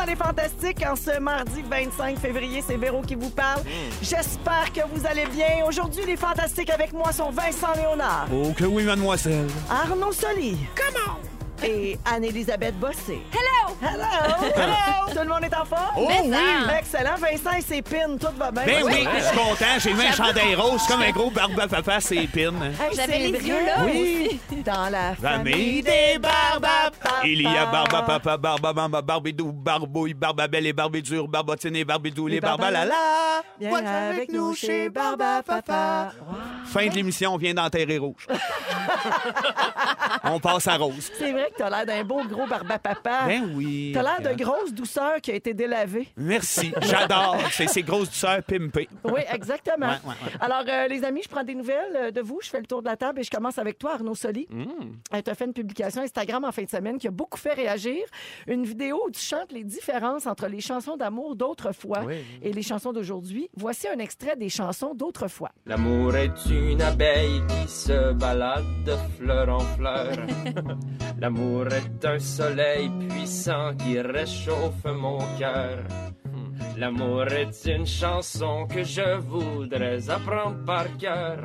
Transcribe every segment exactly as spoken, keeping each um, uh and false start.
les Fantastiques. En ce mardi vingt-cinq février, c'est Véro qui vous parle. Mm. J'espère que vous allez bien. Aujourd'hui, les Fantastiques avec moi sont Vincent Léonard. Oh que oui, mademoiselle. Arnaud Soli. Comment? Et Anne-Élisabeth Bossé. Hello! Hello! Hello! Tout le monde est en forme? Oh oui! Excellent. Vincent et ses pins, tout va bien? Ben oui, je suis content. J'ai mis un chandail rose comme un gros barbe à papa, ses pins. Hey, J'avais les yeux là oui. Dans la famille des Barbapapa. Il y a Barbapapa, Barbabamba, Barbidou, Barbouille, Barbabelle et Barbidure, Barbotine et Barbidou, les Barbalala. Viens avec nous chez Barbapapa. Fin de l'émission, on vient d'enterrer Rouge. On passe à Rose. C'est vrai que t'as l'air d'un beau gros Barbapapa. Ben oui. T'as l'air de grosse douceur qui a été délavée. Merci, j'adore. C'est ces grosses douceurs pimpées. Oui, exactement. Ouais, ouais, ouais. Alors, euh, les amis, je prends des nouvelles de vous. Je fais le tour de la table et je commence avec toi, Arnaud Soli. Mm. Euh, tu as fait une publication Instagram en fin de semaine qui a beaucoup fait réagir. Une vidéo où tu chantes les différences entre les chansons d'amour d'autrefois Oui. et les chansons d'aujourd'hui. Voici un extrait des chansons d'autrefois. L'amour est une abeille qui se balade de fleur en fleur. L'amour est un soleil puissant qui réchauffe mon cœur. L'amour est une chanson que je voudrais apprendre par cœur.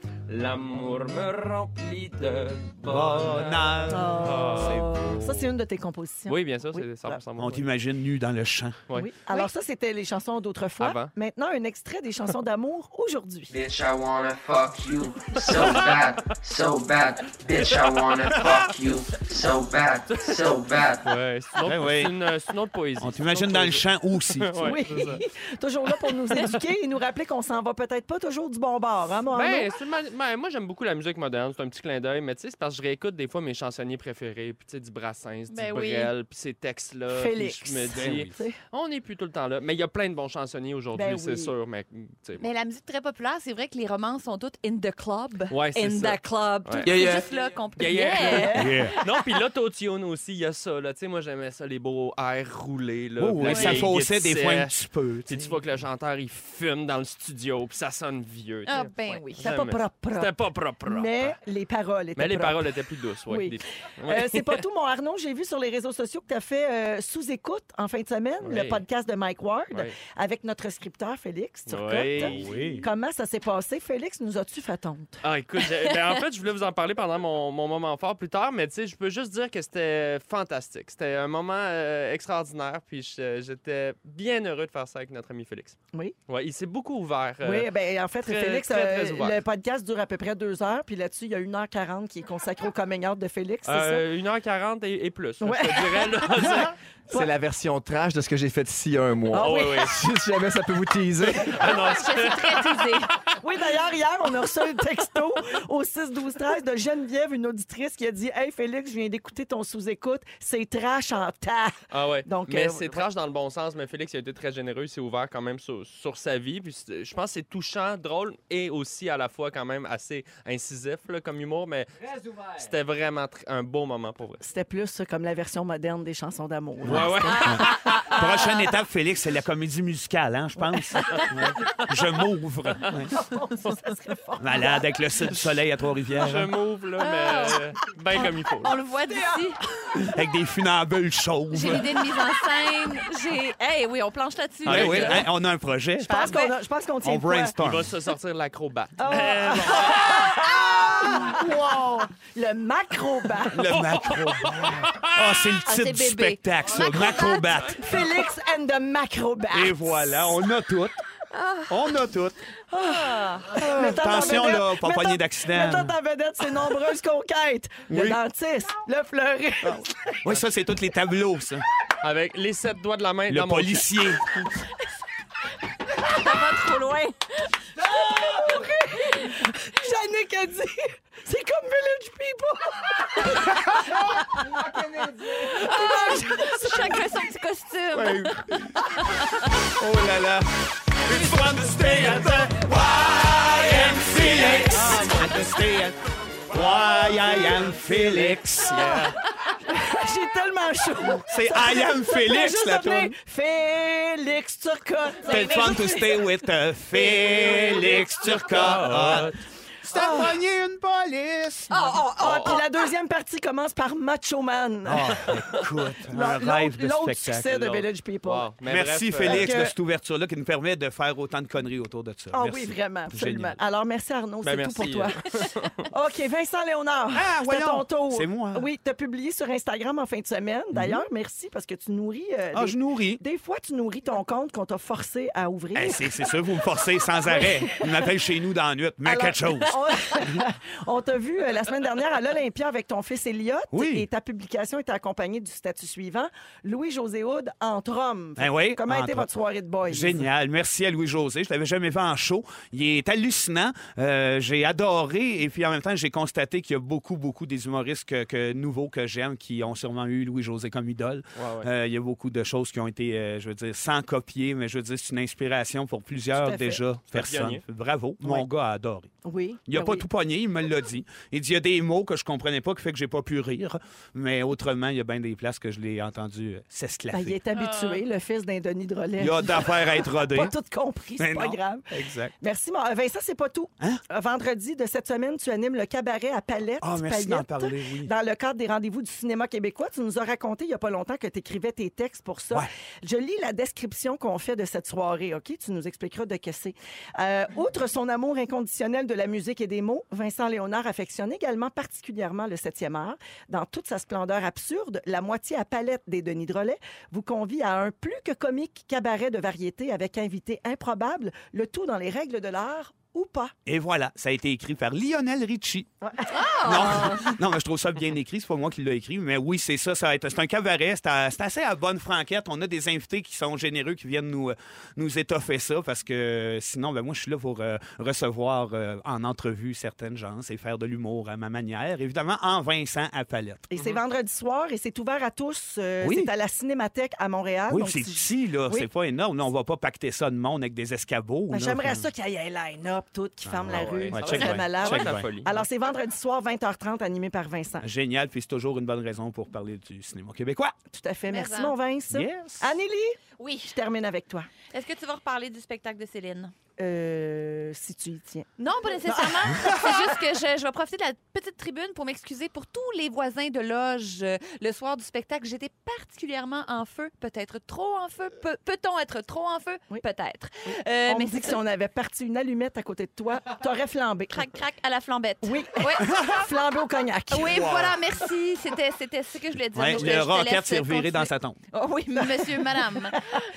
L'amour me remplit de bonheur. Bonheur. C'est beau. Ça, c'est une de tes compositions. Oui, bien sûr, Oui. c'est cent pour cent moi. On t'imagine nu dans le champ. Oui. Oui. Alors, ça, c'était les chansons d'autrefois. Avant. Maintenant, un extrait des chansons d'amour aujourd'hui. Bitch, I wanna fuck you so bad, so bad. Bitch, I wanna fuck you so bad, so bad. Ouais, c'est une, autre- Ben oui. c'est une, c'est une autre poésie. On C'est t'imagine une dans autre le champ aussi. poésie. Ouais, Oui, c'est ça. toujours là pour nous éduquer et nous rappeler qu'on s'en va peut-être pas toujours du bon bord, hein, mon Ben, Arnaud? c'est une mani- ben, moi, j'aime beaucoup la musique moderne. C'est un petit clin d'œil, mais tu sais, c'est parce que je réécoute des fois mes chansonniers préférés. Puis, tu sais, du Brassens, Ben du oui. Brel, puis ces textes-là. puis Félix. Je me Ben dis, oui. Tu sais. on n'est plus tout le temps là. Mais il y a plein de bons chansonniers aujourd'hui, Ben c'est oui. sûr. Mais, tu sais, Mais la musique très populaire, c'est vrai que les romances sont toutes in the club. Ouais, c'est in ça. the club. Tout- Ouais. C'est Yeah, yeah. juste là qu'on peut. Yeah, yeah. Yeah. Non, puis l'autotune aussi, il y a ça. Là. Tu sais, moi, j'aimais ça, les beaux airs roulés. Là, Oh, puis oui, la ça vieille faussait guitare des fois un sèche. petit peu. Puis tu vois que le chanteur, il fume dans le studio, puis ça sonne vieux. tu sais. Ah, ben oui. C'était pas J'aimais ça. propre, propre. C'était pas propre. propre. Mais les paroles étaient Mais les propres. paroles étaient plus douces, ouais. Oui. Des- Euh, ouais. c'est pas tout, mon Arnaud. J'ai vu sur les réseaux sociaux que tu as fait euh, Sous-écoute en fin de semaine, Oui. le podcast de Mike Ward, Oui. avec notre scripteur Félix Turcotte. Oui. Oui. Comment ça s'est passé? Félix, nous as-tu fait honte? Ah, écoute, j'ai- ben, en fait, je voulais vous en parler pendant mon, mon moment fort plus tard, mais tu sais, je peux juste dire que c'était fantastique. C'était un moment euh, extraordinaire, puis je- j'étais bien heureux de faire ça avec notre ami Félix. Oui. Ouais, il s'est beaucoup ouvert. euh, Oui, ben en fait, très, Félix, très, très euh, ouvert. le podcast dure à peu près deux heures, puis là-dessus, il y a une heure quarante qui est consacrée au coming out de Félix, c'est euh, une heure quarante et, et plus, Ouais. je te dirais. Là, C'est la version trash de ce que j'ai fait ici il y a un mois. Ah oui, oui. Si jamais ça peut vous teaser. Ah non, Je suis très teasée. ça? Oui, d'ailleurs, hier, on a reçu un texto au six douze treize de Geneviève, une auditrice, qui a dit « Hey, Félix, je viens d'écouter ton sous-écoute. C'est trash en tas. Ah ouais. Donc, mais euh, c'est trash dans le bon sens, mais Félix il a été très généreux, il s'est ouvert quand même sur, sur sa vie. Puis c'est- je pense que c'est touchant, drôle et aussi à la fois quand même assez incisif là, comme humour, mais c'était vraiment tr- un beau moment pour vrai. ». C'était plus euh, comme la version moderne des chansons d'amour. Ouais, ouais. Prochaine étape, Félix, c'est la comédie musicale, hein, je pense. Ouais. Je m'ouvre. Ouais. Ça, ça serait fort. Malade avec le Cirque du Soleil à Trois-Rivières. Je m'ouvre, là, mais euh, bien comme il faut. On le voit d'ici. Avec des funambules chauves. J'ai l'idée de mise en scène. J'ai. Hey, oui, on planche là-dessus. Oui, oui, Ouais. hein, on a un projet. Je pense qu'on a- je pense qu'on tient On de quoi. Il brainstorm. va se sortir l'acrobate. Oh. Euh, bon. Wow! Le macrobat. Le macrobat. Ah, c'est le Ah, titre c'est du bébé. spectacle, ça. Macrobat. Félix and the macrobat. Et voilà, on a tout. On a tout. Mettons Attention, ta vedette- là, pas mettons- pogner d'accident. Mettons ta vedette, c'est nombreuses conquêtes. Le Oui. dentiste, le fleuriste. Oui, ça, c'est tous les tableaux, ça. Avec les sept doigts de la main Le dans mon policier. Ça va trop loin. Yannick a dit, c'est comme Village People. Chacun son petit costume. Oh là là. It's fun to stay at the Y M C A. Ah, fun to stay at Y M Félix. Yeah. J'ai tellement chaud. C'est I am Félix, Juste la appeler toune. Félix Turcotte. C'est fun to stay with uh, Félix Turcotte. C'était pogné une police! Ah, puis la deuxième partie commence par Macho Man. Ah, écoute, un L'autre- rêve de L'autre spectacle. succès de l'autre. Village People. Wow. Mais Merci, bref, euh, Félix, que- de cette ouverture-là qui nous permet de faire autant de conneries autour de ça. Ah Merci. oui, vraiment, absolument. Génial. Alors, merci Arnaud, Ben, c'est tout pour merci. toi. OK, Vincent Léonard, Ah, c'est voyons. ton tour. C'est moi. Oui, tu as publié sur Instagram en fin de semaine. D'ailleurs, merci parce que tu nourris... euh, Ah, des... je nourris. des fois, tu nourris ton compte qu'on t'a forcé à ouvrir. Eh, c'est c'est ça, vous me forcez sans arrêt. Vous m'appelez chez nous dans la nuit. Mais Alors, quelque chose. On, on t'a vu euh, la semaine dernière à l'Olympia avec ton fils Elliot. Oui. Et ta publication était accompagnée du statut suivant. Louis-José Hood entre hommes. Ben oui, Comment a été entre- votre soirée de boys? Génial. Merci à Louis-José. Je l'avais jamais vu en show. Il est hallucinant. Euh, j'ai adoré. Et puis en même temps, j'ai constaté qu'il y a beaucoup, beaucoup des humoristes que, que- nouveaux que j'aime qui ont sûrement eu Louis-José comme idole. Ouais, ouais. Euh, il y a beaucoup de choses qui ont été, euh, je veux dire, sans copier, mais je veux dire, c'est une inspiration pour Tout plusieurs à fait. déjà un personnes. pionnier. Bravo. Mon Ouais. gars a adoré. Oui. Il n'a ben pas oui. tout pogné, il me l'a dit. Il dit il y a des mots que je comprenais pas qui fait que j'ai pas pu rire, mais autrement, il y a bien des places que je l'ai entendu euh, Ben, s'esclaffer. il est habitué, le fils d'un Denis Drolet. Il y a d'affaires à être rodé. Pas tout compris, c'est Mais pas non. grave. Exact. Merci, Mar- Vincent, c'est pas tout. Hein? Euh, Vendredi de cette semaine, tu animes le cabaret à Palette. Ah, merci d'en Paillette, parler, oui. Dans le cadre des rendez-vous du cinéma québécois, tu nous as raconté il y a pas longtemps que tu écrivais tes textes pour ça. Ouais. Je lis la description qu'on fait de cette soirée, OK? Tu nous expliqueras de que c'est. Euh, outre son amour inconditionnel de la musique et des mots, Vincent Léonard affectionne également particulièrement le septième art. Dans toute sa splendeur absurde, la moitié à palette des Denis Drolet vous convie à un plus que comique cabaret de variété avec invités improbables, le tout dans les règles de l'art ou pas. Et voilà, ça a été écrit par Lionel Richie. Ah! Non, non, mais je trouve ça bien écrit. C'est pas moi qui l'ai écrit, mais oui, c'est ça. ça va être, c'est un cabaret. C'est, à- c'est assez à bonne franquette. On a des invités qui sont généreux, qui viennent nous, euh, nous étoffer ça, parce que euh, sinon, ben, moi, je suis là pour euh, recevoir euh, en entrevue certaines gens et faire de l'humour à ma manière. Évidemment, en Vincent à palette. Et c'est vendredi soir et c'est ouvert à tous. Euh, Oui. C'est à la Cinémathèque à Montréal. Oui, Donc, c'est si- petit, là. Oui. C'est pas énorme. Là, on va pas pacter ça de monde avec des escabeaux. Ben, là. J'aimerais Enfin, ça qu'il y ait un line-up tout qui ferme la ouais. rue. Ouais, Ça check serait bien. malade. Check la bien. folie. Alors, c'est vendredi soir, vingt heures trente, animé par Vincent. Génial, puis c'est toujours une bonne raison pour parler du cinéma québécois. Tout à fait. Mais Merci, en. mon Vince. Yes. Anneli, Oui. je termine avec toi. Est-ce que tu vas reparler du spectacle de Céline? Euh, si tu y tiens. Non, pas nécessairement. C'est juste que je, je vais profiter de la petite tribune pour m'excuser pour tous les voisins de loge euh, le soir du spectacle. J'étais particulièrement en feu, peut-être trop en feu. Peut- Peut-on être trop en feu? Oui. Peut-être. Euh, On mais me dit c'est que si on avait parti une allumette à côté de toi, t'aurais flambé. crac, crac à la flambette. Oui. Ouais. Flambé au cognac. Oui, voilà, merci. C'était, c'était ce que je voulais dire. Ouais, Donc, le je te roquette laisse s'est reviré dans continuer. sa tombe. Oh oui, monsieur, madame.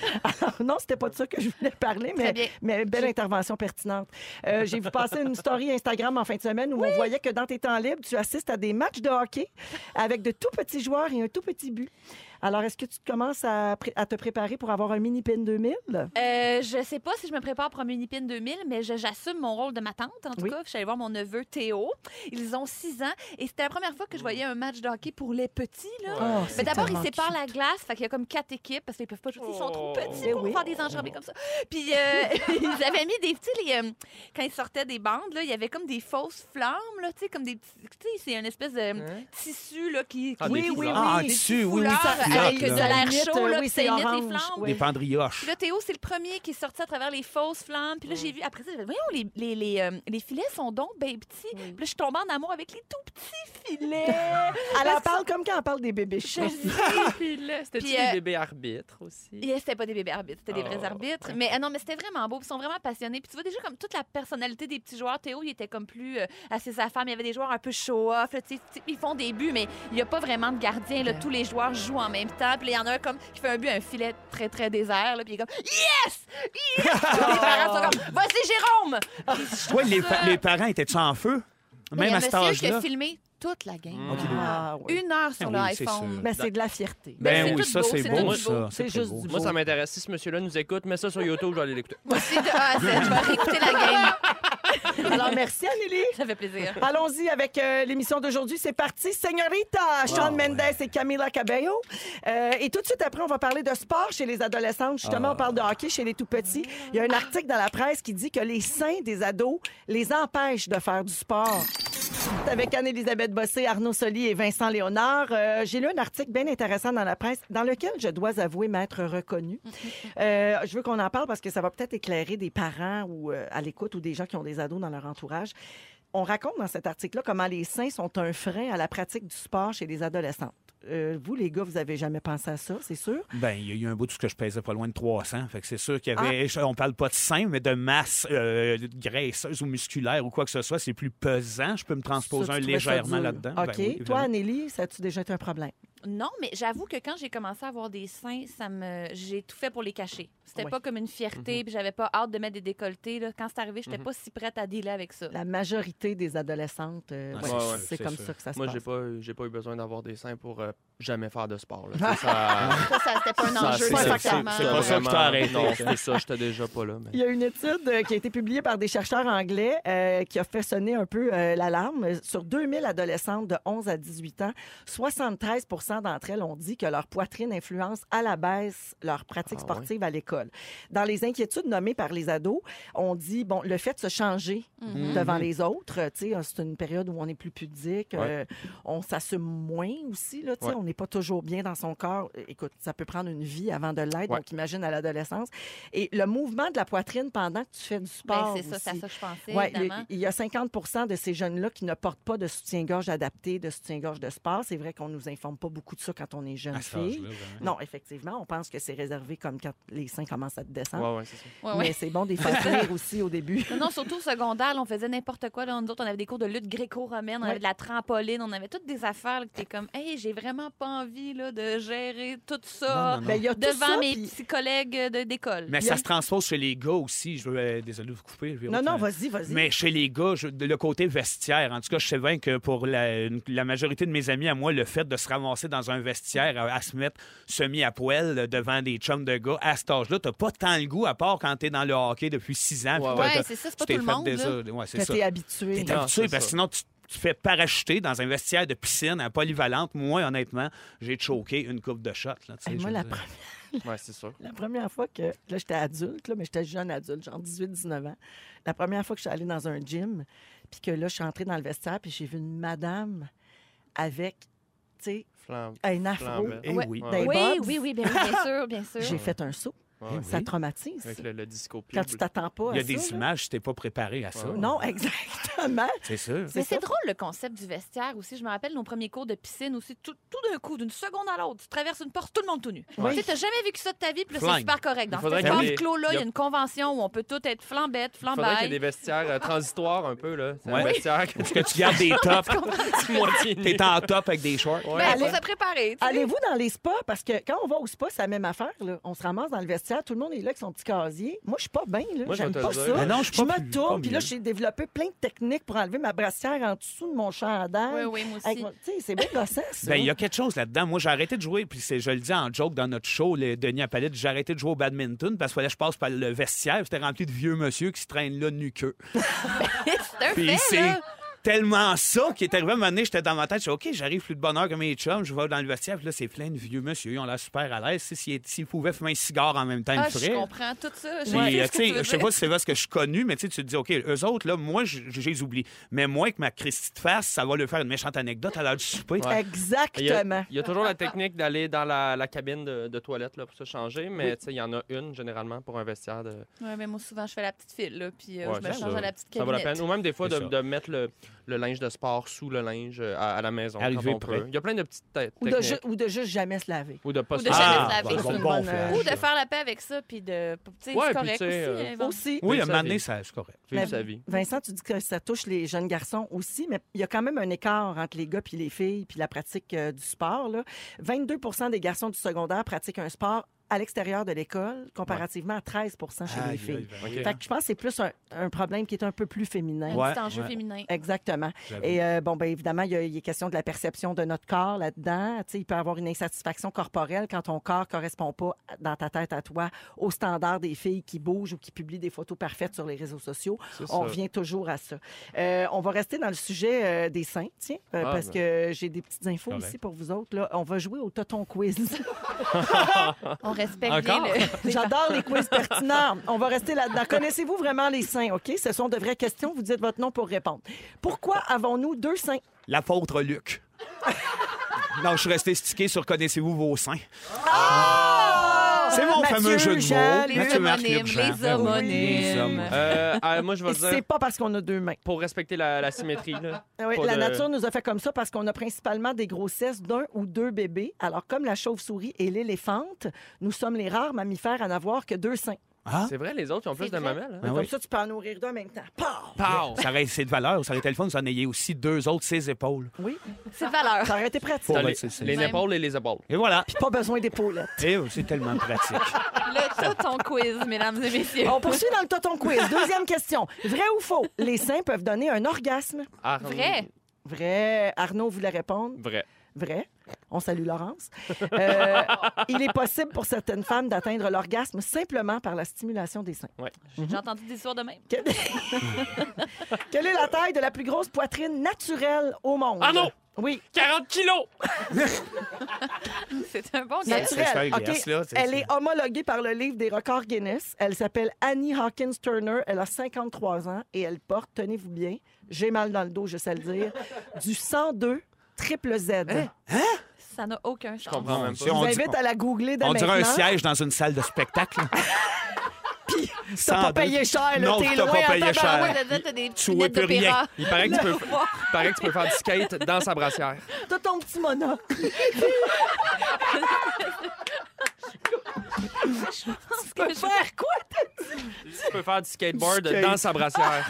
Non, c'était pas de ça que je voulais parler, Très mais, bien. mais belle intervention pertinente. Euh, J'ai vu passer une story Instagram en fin de semaine où on voyait que dans tes temps libres, tu assistes à des matchs de hockey avec de tout petits joueurs et un tout petit but. Alors, est-ce que tu commences à, pré- à te préparer pour avoir un mini pin deux mille? Euh, je sais pas si je me prépare pour un Unipin deux mille, mais je- j'assume mon rôle de ma tante. En tout Oui. cas, je suis allée voir mon neveu Théo. Ils ont six ans et c'était la première fois que je voyais un match de hockey pour les petits. Là. Oh, mais c'est d'abord, ils tellement séparent cute. la glace, fait qu'il y a comme quatre équipes parce qu'ils peuvent pas jouer. Ils sont trop petits Eh pour oui. faire des enjambées comme ça. Puis euh, ils avaient mis des petits, les, euh, quand ils sortaient des bandes, là, il y avait comme des fausses flammes, là, tu sais, comme des petits, tu sais, c'est une espèce de Hein? tissu là qui, Ah, qui des Oui, oui, foulards. Ah, oui. en tissu, oui, oui. foulards flotte, avec de là. l'air Limite, chaud, là, oui, puis c'est ça imite les orange, flammes. oui. Des pendrioches. Puis là, Théo, c'est le premier qui est sorti à travers les fausses flammes. Puis là, j'ai vu, après ça, j'ai fait, voyons, les, les, les, euh, les filets sont donc bien petits. Puis là, je suis tombée en amour avec les tout petits filets. Elle en parle comme quand on parle des bébés Je chats. C'était-tu Puis, des euh, bébés arbitres aussi? Et c'était pas des bébés arbitres, c'était des vrais Oh. arbitres. Mais ah non, mais c'était vraiment beau. Ils sont vraiment passionnés. Puis tu vois déjà comme toute la personnalité des petits joueurs. Théo, il était comme plus euh, à ses affaires. Mais il y avait des joueurs un peu show-off. là, tu sais, tu sais, Ils font des buts, mais il n'y a pas vraiment de gardien. Là. Tous les joueurs jouent en même temps. Puis là, il y en a un comme qui fait un but, un filet très, très désert. Là, puis il est comme Yes! Yes! Puis les parents sont comme Vas-y, Jérôme! Puis je trouve Ouais, les, ça- pa- les parents étaient-ils en feu? Il y Même a à cet un monsieur qui a âge-là? filmé toute la game. Mm. Ah, oui. Une heure sur Ah le oui, c'est iPhone. sûr. Mais c'est de la fierté. Ben, Ben c'est oui, tout ça, beau, c'est c'est beau, tout beau. ça. C'est très juste beau. du Moi, beau. ça m'intéresse. Si ce monsieur-là nous écoute, mets ça sur YouTube, je vais aller l'écouter. Moi aussi, de A à Z, je vais réécouter la game. Alors, merci, Anneli. Ça fait plaisir. Allons-y avec euh, l'émission d'aujourd'hui. C'est parti. Señorita, Shawn Mendes et Camila Cabello. Euh, et tout de suite après, on va parler de sport chez les adolescentes. Justement, on parle de hockey chez les tout-petits. Il y a un article dans la presse qui dit que les seins des ados les empêchent de faire du sport. C'est avec Anne-Élisabeth Bossé, Arnaud Soli et Vincent Léonard. Euh, j'ai lu un article bien intéressant dans la presse dans lequel je dois avouer m'être reconnue. Euh, je veux qu'on en parle parce que ça va peut-être éclairer des parents ou euh, à l'écoute ou des gens qui ont des ados dans leur entourage. on raconte dans cet article-là comment les seins sont un frein à la pratique du sport chez les adolescentes. Euh, vous, les gars, vous avez jamais pensé à ça, c'est sûr? Ben, il y a eu un bout de ce que je pesais pas loin de trois cents. Fait que c'est sûr qu'il y avait. Ah. On parle pas de sein, mais de masse euh, graisseuse ou musculaire ou quoi que ce soit. C'est plus pesant. Je peux me transposer Ça, un tu trouvais ça légèrement dur. là-dedans. OK. Ben oui, Toi, évidemment. Anneli, ça a-tu déjà été un problème? Non, mais j'avoue que quand j'ai commencé à avoir des seins, ça me, j'ai tout fait pour les cacher. C'était Oui. pas comme une fierté, Mm-hmm. puis j'avais pas hâte de mettre des décolletés. Là. Quand c'est arrivé, j'étais Mm-hmm. pas si prête à dealer avec ça. La majorité des adolescentes, euh, Ah, ouais, c'est sûr, c'est c'est comme sûr. ça que ça se Moi, passe. j'ai pas, j'ai pas eu besoin d'avoir des seins pour euh, jamais faire de sport. Là. Tu sais, ça, Ça, ça c'était pas un ça, enjeu c'est ça, nécessairement. c'est pas ça que je t'ai arrêté. Non, c'était ça, j'étais déjà pas là. Mais... Il y a une étude euh, qui a été publiée par des chercheurs anglais euh, qui a fait sonner un peu euh, l'alarme. Sur deux mille adolescentes de onze à dix-huit ans, soixante-treize pour cent d'entre elles ont dit que leur poitrine influence à la baisse leur pratique Ah, sportive à l'école. Dans les inquiétudes nommées par les ados, on dit, bon, le fait de se changer Mhm. devant les autres, euh, tu sais, c'est une période où on est plus pudique, euh, on s'assume moins aussi, là, tu sais, Ouais. on n'est pas toujours bien dans son corps. Écoute, ça peut prendre une vie avant de l'être, Ouais. donc imagine à l'adolescence. Et le mouvement de la poitrine pendant que tu fais du Ben, sport c'est ça, c'est à aussi. ça que je pensais, Ouais, il, évidemment. il y a cinquante pour cent de ces jeunes-là qui ne portent pas de soutien-gorge adapté, de soutien-gorge de sport. C'est vrai qu'on ne nous informe pas beaucoup de ça quand on est jeune À cet fille. âge-là, vraiment. Non, effectivement, on pense que c'est réservé comme quand les seins commencent à te descendre. Ouais, ouais, c'est ça. Ouais, Mais ouais. c'est bon des faire rire aussi au début. Non, non, surtout au secondaire, là, on faisait n'importe quoi. Là. Nous autres, on avait des cours de lutte gréco-romaine, on Ouais. avait de la trampoline, on avait toutes des affaires là, que t'es comme, hey, j'ai vraiment pas envie là, de gérer tout ça Non, non, Ben, il y a tout devant ça, mes puis- petits collègues de- d'école. Mais Il y a- ça se transpose chez les gars aussi. Je veux, euh, désolé de vous couper. Véro, Non, non, tu- vas-y, vas-y. Mais chez les gars, je- de- le côté vestiaire, en tout cas, je sais bien que pour la, une- la majorité de mes amis, à moi, le fait de se ramasser dans un vestiaire, à, à se mettre semi à poil euh, devant des chums de gars, à cet âge-là, t'as pas tant le goût, à part quand t'es dans le hockey depuis six ans. Ouais, puis ouais. t'as- Ouais, t'as- c'est ça, c'est tu pas t'es tout le fait monde. déjà- là. ouais, c'est que ça. t'es habitué. T'es Non, habitué, c'est parce que ça. sinon, tu tu fais parachuter dans un vestiaire de piscine à polyvalente. Moi, honnêtement, j'ai choqué une coupe de shot. Là, tu sais, Hey, je moi, veux la, dire. pre- Ouais, c'est sûr. la première fois que... Là, j'étais adulte, là, mais j'étais jeune adulte, genre dix-huit dix-neuf ans. La première fois que je suis allée dans un gym, puis que là, je suis entrée dans le vestiaire, puis j'ai vu une madame avec, tu sais, Flam... un afro. Flambette. Eh Ouais. oui. Des Oui, bobs. oui, oui, bien, oui, bien sûr, bien sûr. J'ai fait un saut. Ouais, ouais. Ça traumatise. Avec le, le disco Quand pub. tu t'attends pas à Il y a ça. des là. images, si t'es pas préparé à ça. Ouais. Non, exactement. C'est sûr. Mais ça. c'est drôle le concept du vestiaire aussi. Je me rappelle nos premiers cours de piscine aussi. Tout, tout d'un coup, d'une seconde à l'autre, tu traverses une porte, tout le monde tout nu. Oui. Tu sais, t'as jamais vécu ça de ta vie, puis là, c'est Flingue. super correct. Dans Il ce faudrait espace qu'il y ait- clos-là, il y il y a a- une convention où on peut tout être flambette, Il faudrait qu'il y ait flambaille. des vestiaires euh, transitoires un peu. Là. C'est Ouais. un vestiaire que Est-ce que tu gardes des tops? tu moitié nu. T'es en top avec des shorts? Ouais. Ben, faut Allez- se préparer. tu sais. Allez-vous dans les spas? Parce que quand on va au spa, c'est la même affaire. Là. On se ramasse dans le vestiaire, tout le monde est là avec son petit casier. Moi, je suis pas bien. Là. Moi, je J'aime vais te pas le dire. ça. Mais non, je suis pas me plus- tourne, pas puis là, mieux. j'ai développé plein de techniques pour enlever ma brassière en dessous de mon chandail. Oui, oui, moi Avec aussi. mon- Tu sais, c'est bien gossant, ça. Ben, il y a quelque chose là-dedans. Moi, j'ai arrêté de jouer, puis c'est- je le dis en joke dans notre show, les Denis Appalette, j'ai arrêté de jouer au badminton parce qu'il fallait que je passe par le vestiaire. C'était rempli de vieux monsieur qui se traînent là nu-queux. C'est un Puis fait, c'est là. tellement ça qui est arrivé à un moment donné, j'étais dans ma tête, je dis OK, j'arrive plus de bonne heure que mes chums, je vais dans le vestiaire, puis là, c'est plein de vieux monsieur, ils ont l'air super à l'aise. Si- S'ils s'ils pouvaient fumer un cigare en même temps, ils Ah, le je feraient. comprends tout ça. Je Puis, sais euh, ce que tu tu sais, veux je sais dire. pas si c'est vrai ce que je suis connu, mais tu sais, tu te dis, OK, eux autres, là, moi, je, je les oublie. Mais moi, avec ma Christie de face, ça va leur faire une méchante anecdote à l'heure du souper. Ouais. Il y, a, Exactement. il y a toujours la technique d'aller dans la, la cabine de, de toilette là, pour se changer, mais tu sais, il y en a une généralement pour un vestiaire. De... Ouais, mais moi, souvent, je fais la petite file, là, puis euh, Ouais, je me c'est change ça. à la petite Ça vaut la cabinette. peine. Ou même des fois C'est de, ça. de mettre le, le linge de sport sous le linge euh, à, à la maison Arriver quand on prêt. peut. Il y a plein de petites te- Ou de, techniques. ju- ou de juste jamais se laver. Ou de pas Ou se de laver. jamais Ah, se laver. bon, C'est une bon bonne, flash. euh, Ou de faire la paix avec ça, puis de. Tu sais, Ouais, c'est puis correct tu sais, aussi. euh, Yvan. Aussi. Oui, à un sa moment donné, vie. ça, c'est correct. Vivre Mais- sa vie. Vincent, tu dis que ça touche les jeunes garçons aussi, mais il y a quand même un écart entre les gars puis les filles puis la pratique euh, du sport. Là. vingt-deux pour cent des garçons du secondaire pratiquent un sport à l'extérieur de l'école, comparativement à treize pour cent chez les Aïe, filles. aïe, aïe. OK. Fait que je pense que c'est plus un, un problème qui est un peu plus féminin. Un Ouais, petit enjeu ouais. féminin. Exactement. J'avoue. Et euh, bon, ben évidemment, il y, a- il est question de la perception de notre corps là-dedans. Tu sais, il peut y avoir une insatisfaction corporelle quand ton corps correspond pas dans ta tête à toi aux standards des filles qui bougent ou qui publient des photos parfaites sur les réseaux sociaux. C'est On ça. revient toujours à ça. Euh, on va rester dans le sujet euh, des seins, tiens, euh, Ah, parce ben. que j'ai des petites infos Correct. ici pour vous autres. Là. On va jouer au Toton Quiz. On respecte Encore? bien le. J'adore les quiz pertinents. On va rester là-dedans. Connaissez-vous vraiment les seins, OK? Ce sont de vraies questions. Vous dites votre nom pour répondre. Pourquoi avons-nous deux seins? L'apôtre Luc. Non, je suis resté stické sur connaissez-vous vos seins. Ah! C'est mon Mathieu, fameux jeu de Jean, mots. Les Mathieu, Marc, homonymes, Luc, Jean. les Ben oui. homonymes. Les hommes. Euh, ah, moi, je vais le C'est dire pas parce qu'on a deux mains. pour respecter la, la symétrie. Là. Oui, Pas la de- nature nous a fait comme ça parce qu'on a principalement des grossesses d'un ou deux bébés. Alors, comme la chauve-souris et l'éléphante, nous sommes les rares mammifères à n'avoir que deux seins. Ah, C'est vrai, les autres, ils ont plus C'est de vrai. mamelles. Hein? ben Comme oui. ça, tu peux en nourrir deux en même temps. Pow! Pow! Ça aurait été de valeur. Ça aurait été le fun. Vous en ayez aussi deux autres, ses épaules. Oui, C'est de valeur. ça aurait été pratique. Pour T'as Ouais, les, c'est- c'est- les Même. épaules et les épaules. Et voilà. Puis pas besoin d'épaulettes. Et c'est tellement pratique. Le toton quiz, mesdames et messieurs. On poursuit dans le toton quiz. Deuxième question. Vrai ou faux? Les seins peuvent donner un orgasme? Ah, Vrai. Vrai. Arnaud voulait répondre. Vrai. Vrai. On salue Laurence. Euh, il est possible pour certaines femmes d'atteindre l'orgasme simplement par la stimulation des seins. J'ai entendu des histoires de même. Quelle... Quelle est la taille de la plus grosse poitrine naturelle au monde? Ah non! Oui, quarante kilos! C'est un bon Ça- gars. c'est naturelle. un OK. guess, là, c'est- Elle c'est- est homologuée par le livre des records Guinness. Elle s'appelle Annie Hawkins Turner. Elle a cinquante-trois ans et elle porte, tenez-vous bien, j'ai mal dans le dos, je sais le dire, du cent deux triple Z. Ça n'a aucun Je sens. comprends même Si Je pas. vous on dit- invite à la googler dès On dirait un maintenant. siège dans une salle de spectacle. T'as pas payé cher, là, Non, t'es t'as loin pas en payé tabarnak. cher. Ah ouais, t'as- t'as des Tu lunettes vois plus d'opéra. Il paraît, que tu peux, il paraît que tu peux faire du skate dans sa brassière. T'as ton petit monocle. Tu peux faire quoi? Tu peux faire du skateboard Skate. dans sa brassière.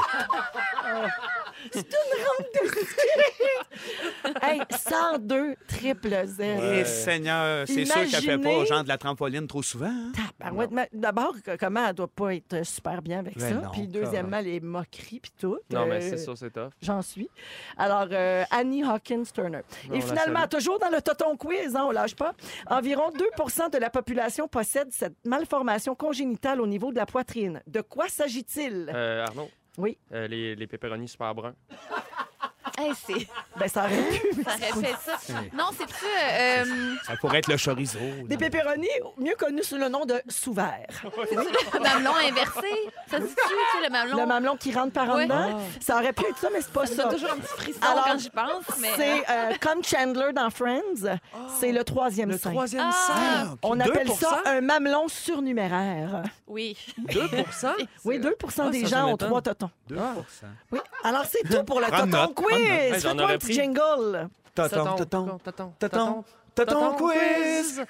Hey, cent deux triple Z. Eh, Seigneur, c'est sûr qu'elle fait Imaginez- pas genre de la trampoline trop souvent. hein? Tabarouette. Mais D'abord, que- comment elle doit pas être super bien avec Ben ça? non, Puis deuxièmement, les moqueries puis tout. Non, mais Euh, c'est ça, c'est tough. J'en suis. Alors, euh, Annie Hawkins Turner. On Et la finalement, salue. toujours dans le toton quiz, hein, on lâche pas, environ deux pour cent de la population possède cette malformation congénitale au niveau de la poitrine. De quoi s'agit-il? Euh, Arnaud, Oui, euh, les, les pépéronis super bruns. Hey, c'est... ben ça aurait pu. Ça répète ça. Non, c'est-tu... euh, euh, Ça pourrait être le chorizo. Des non? pépéronis, mieux connus sous le nom de sous-vert. le mamelon inversé? Ça se dit-tu, tu sais, le mamelon? Le mamelon qui rentre par en Oui. dedans. Ça aurait pu être ça, mais c'est pas Ça me ça. donne toujours un petit frisson Alors, quand j'y pense, mais... C'est euh, comme Chandler dans Friends, c'est le troisième Le sein. troisième Ah! sein. On deux appelle pour ça cent? un mamelon surnuméraire. Oui. deux pour cent? Oui, deux pour cent Ah, des ça, ça gens ont m'étonne. trois totons. deux pour cent. Oui. Alors, c'est tout pour le Prends toton note, prends quiz. note. Hey, j'en Fais-toi aurais un petit pris. jingle. Toton, toton, Toton, toton, toton quiz.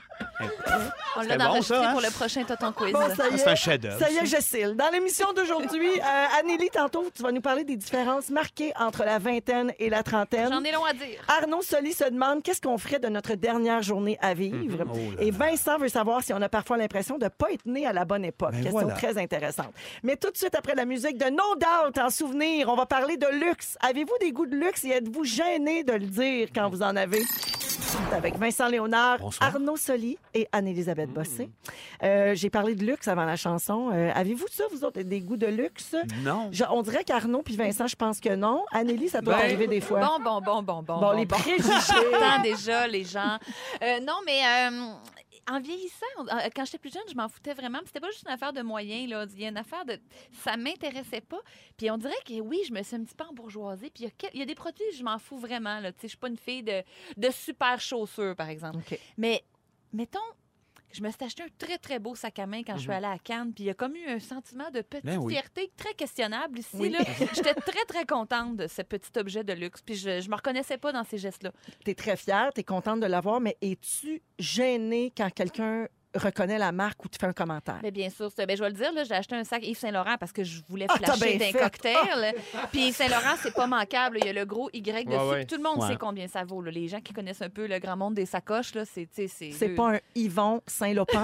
On C'était l'a bon, enregistré ça, hein? pour le prochain Toton Quiz. Bon, ça y C'est un est. chef-d'œuvre. Ça y est, je cille. Dans l'émission d'aujourd'hui, euh, Anneli, tantôt, tu vas nous parler des différences marquées entre la vingtaine et la trentaine. J'en ai long à dire. Arnaud Soli se demande qu'est-ce qu'on ferait de notre dernière journée à vivre. Oh là Et là. Vincent veut savoir si on a parfois l'impression de ne pas être né à la bonne époque. Ben Question voilà. très intéressante. Mais tout de suite après la musique de No Doubt, en souvenir, on va parler de luxe. Avez-vous des goûts de luxe et êtes-vous gêné de le dire quand vous en avez? Avec Vincent Léonard, Bonsoir. Arnaud Soli et Anne-Élisabeth Bossé. Euh, J'ai parlé de luxe avant la chanson. Euh, Avez-vous ça, vous autres, des goûts de luxe? Non. Je- on dirait qu'Arnaud puis Vincent, je pense que non. Annélie, ça doit Ben, arriver des fois. Bon, bon, bon, bon, bon. Bon, les préjugés. J'entends déjà les gens. Euh, non, mais euh, en vieillissant, on- euh, quand j'étais plus jeune, je m'en foutais vraiment. Puis C'était pas juste une affaire de moyens. Là. Il y a une affaire de... Ça m'intéressait pas. Puis on dirait que oui, je me suis un petit peu embourgeoisée. Puis il y a quel- il y, a des produits, je m'en fous vraiment. Là. Tu sais, je suis pas une fille de, de super chaussures, par exemple. OK. Mais mettons... Je me suis acheté un très, très beau sac à main quand je suis allée à Cannes. Puis il y a comme eu un sentiment de petite Ben oui. fierté très questionnable ici. Oui. là. J'étais très, très contente de ce petit objet de luxe. Puis je, je me reconnaissais pas dans ces gestes-là. T'es très fière, t'es contente de l'avoir, mais es-tu gênée quand quelqu'un reconnaît la marque ou te fait un commentaire? Mais bien sûr, c'est- ben, je vais le dire, là, j'ai acheté un sac Yves Saint-Laurent parce que je voulais Ah, t'as flasher bien d'un fait. cocktail. Puis Yves Saint-Laurent, c'est pas manquable. Il y a le gros Y dessus. Ouais, ouais. Puis tout le monde Ouais. sait combien ça vaut. là. Les gens qui connaissent un peu le grand monde des sacoches, là, c'est... tu sais, C'est C'est deux- pas un Yvon Saint-Lopin?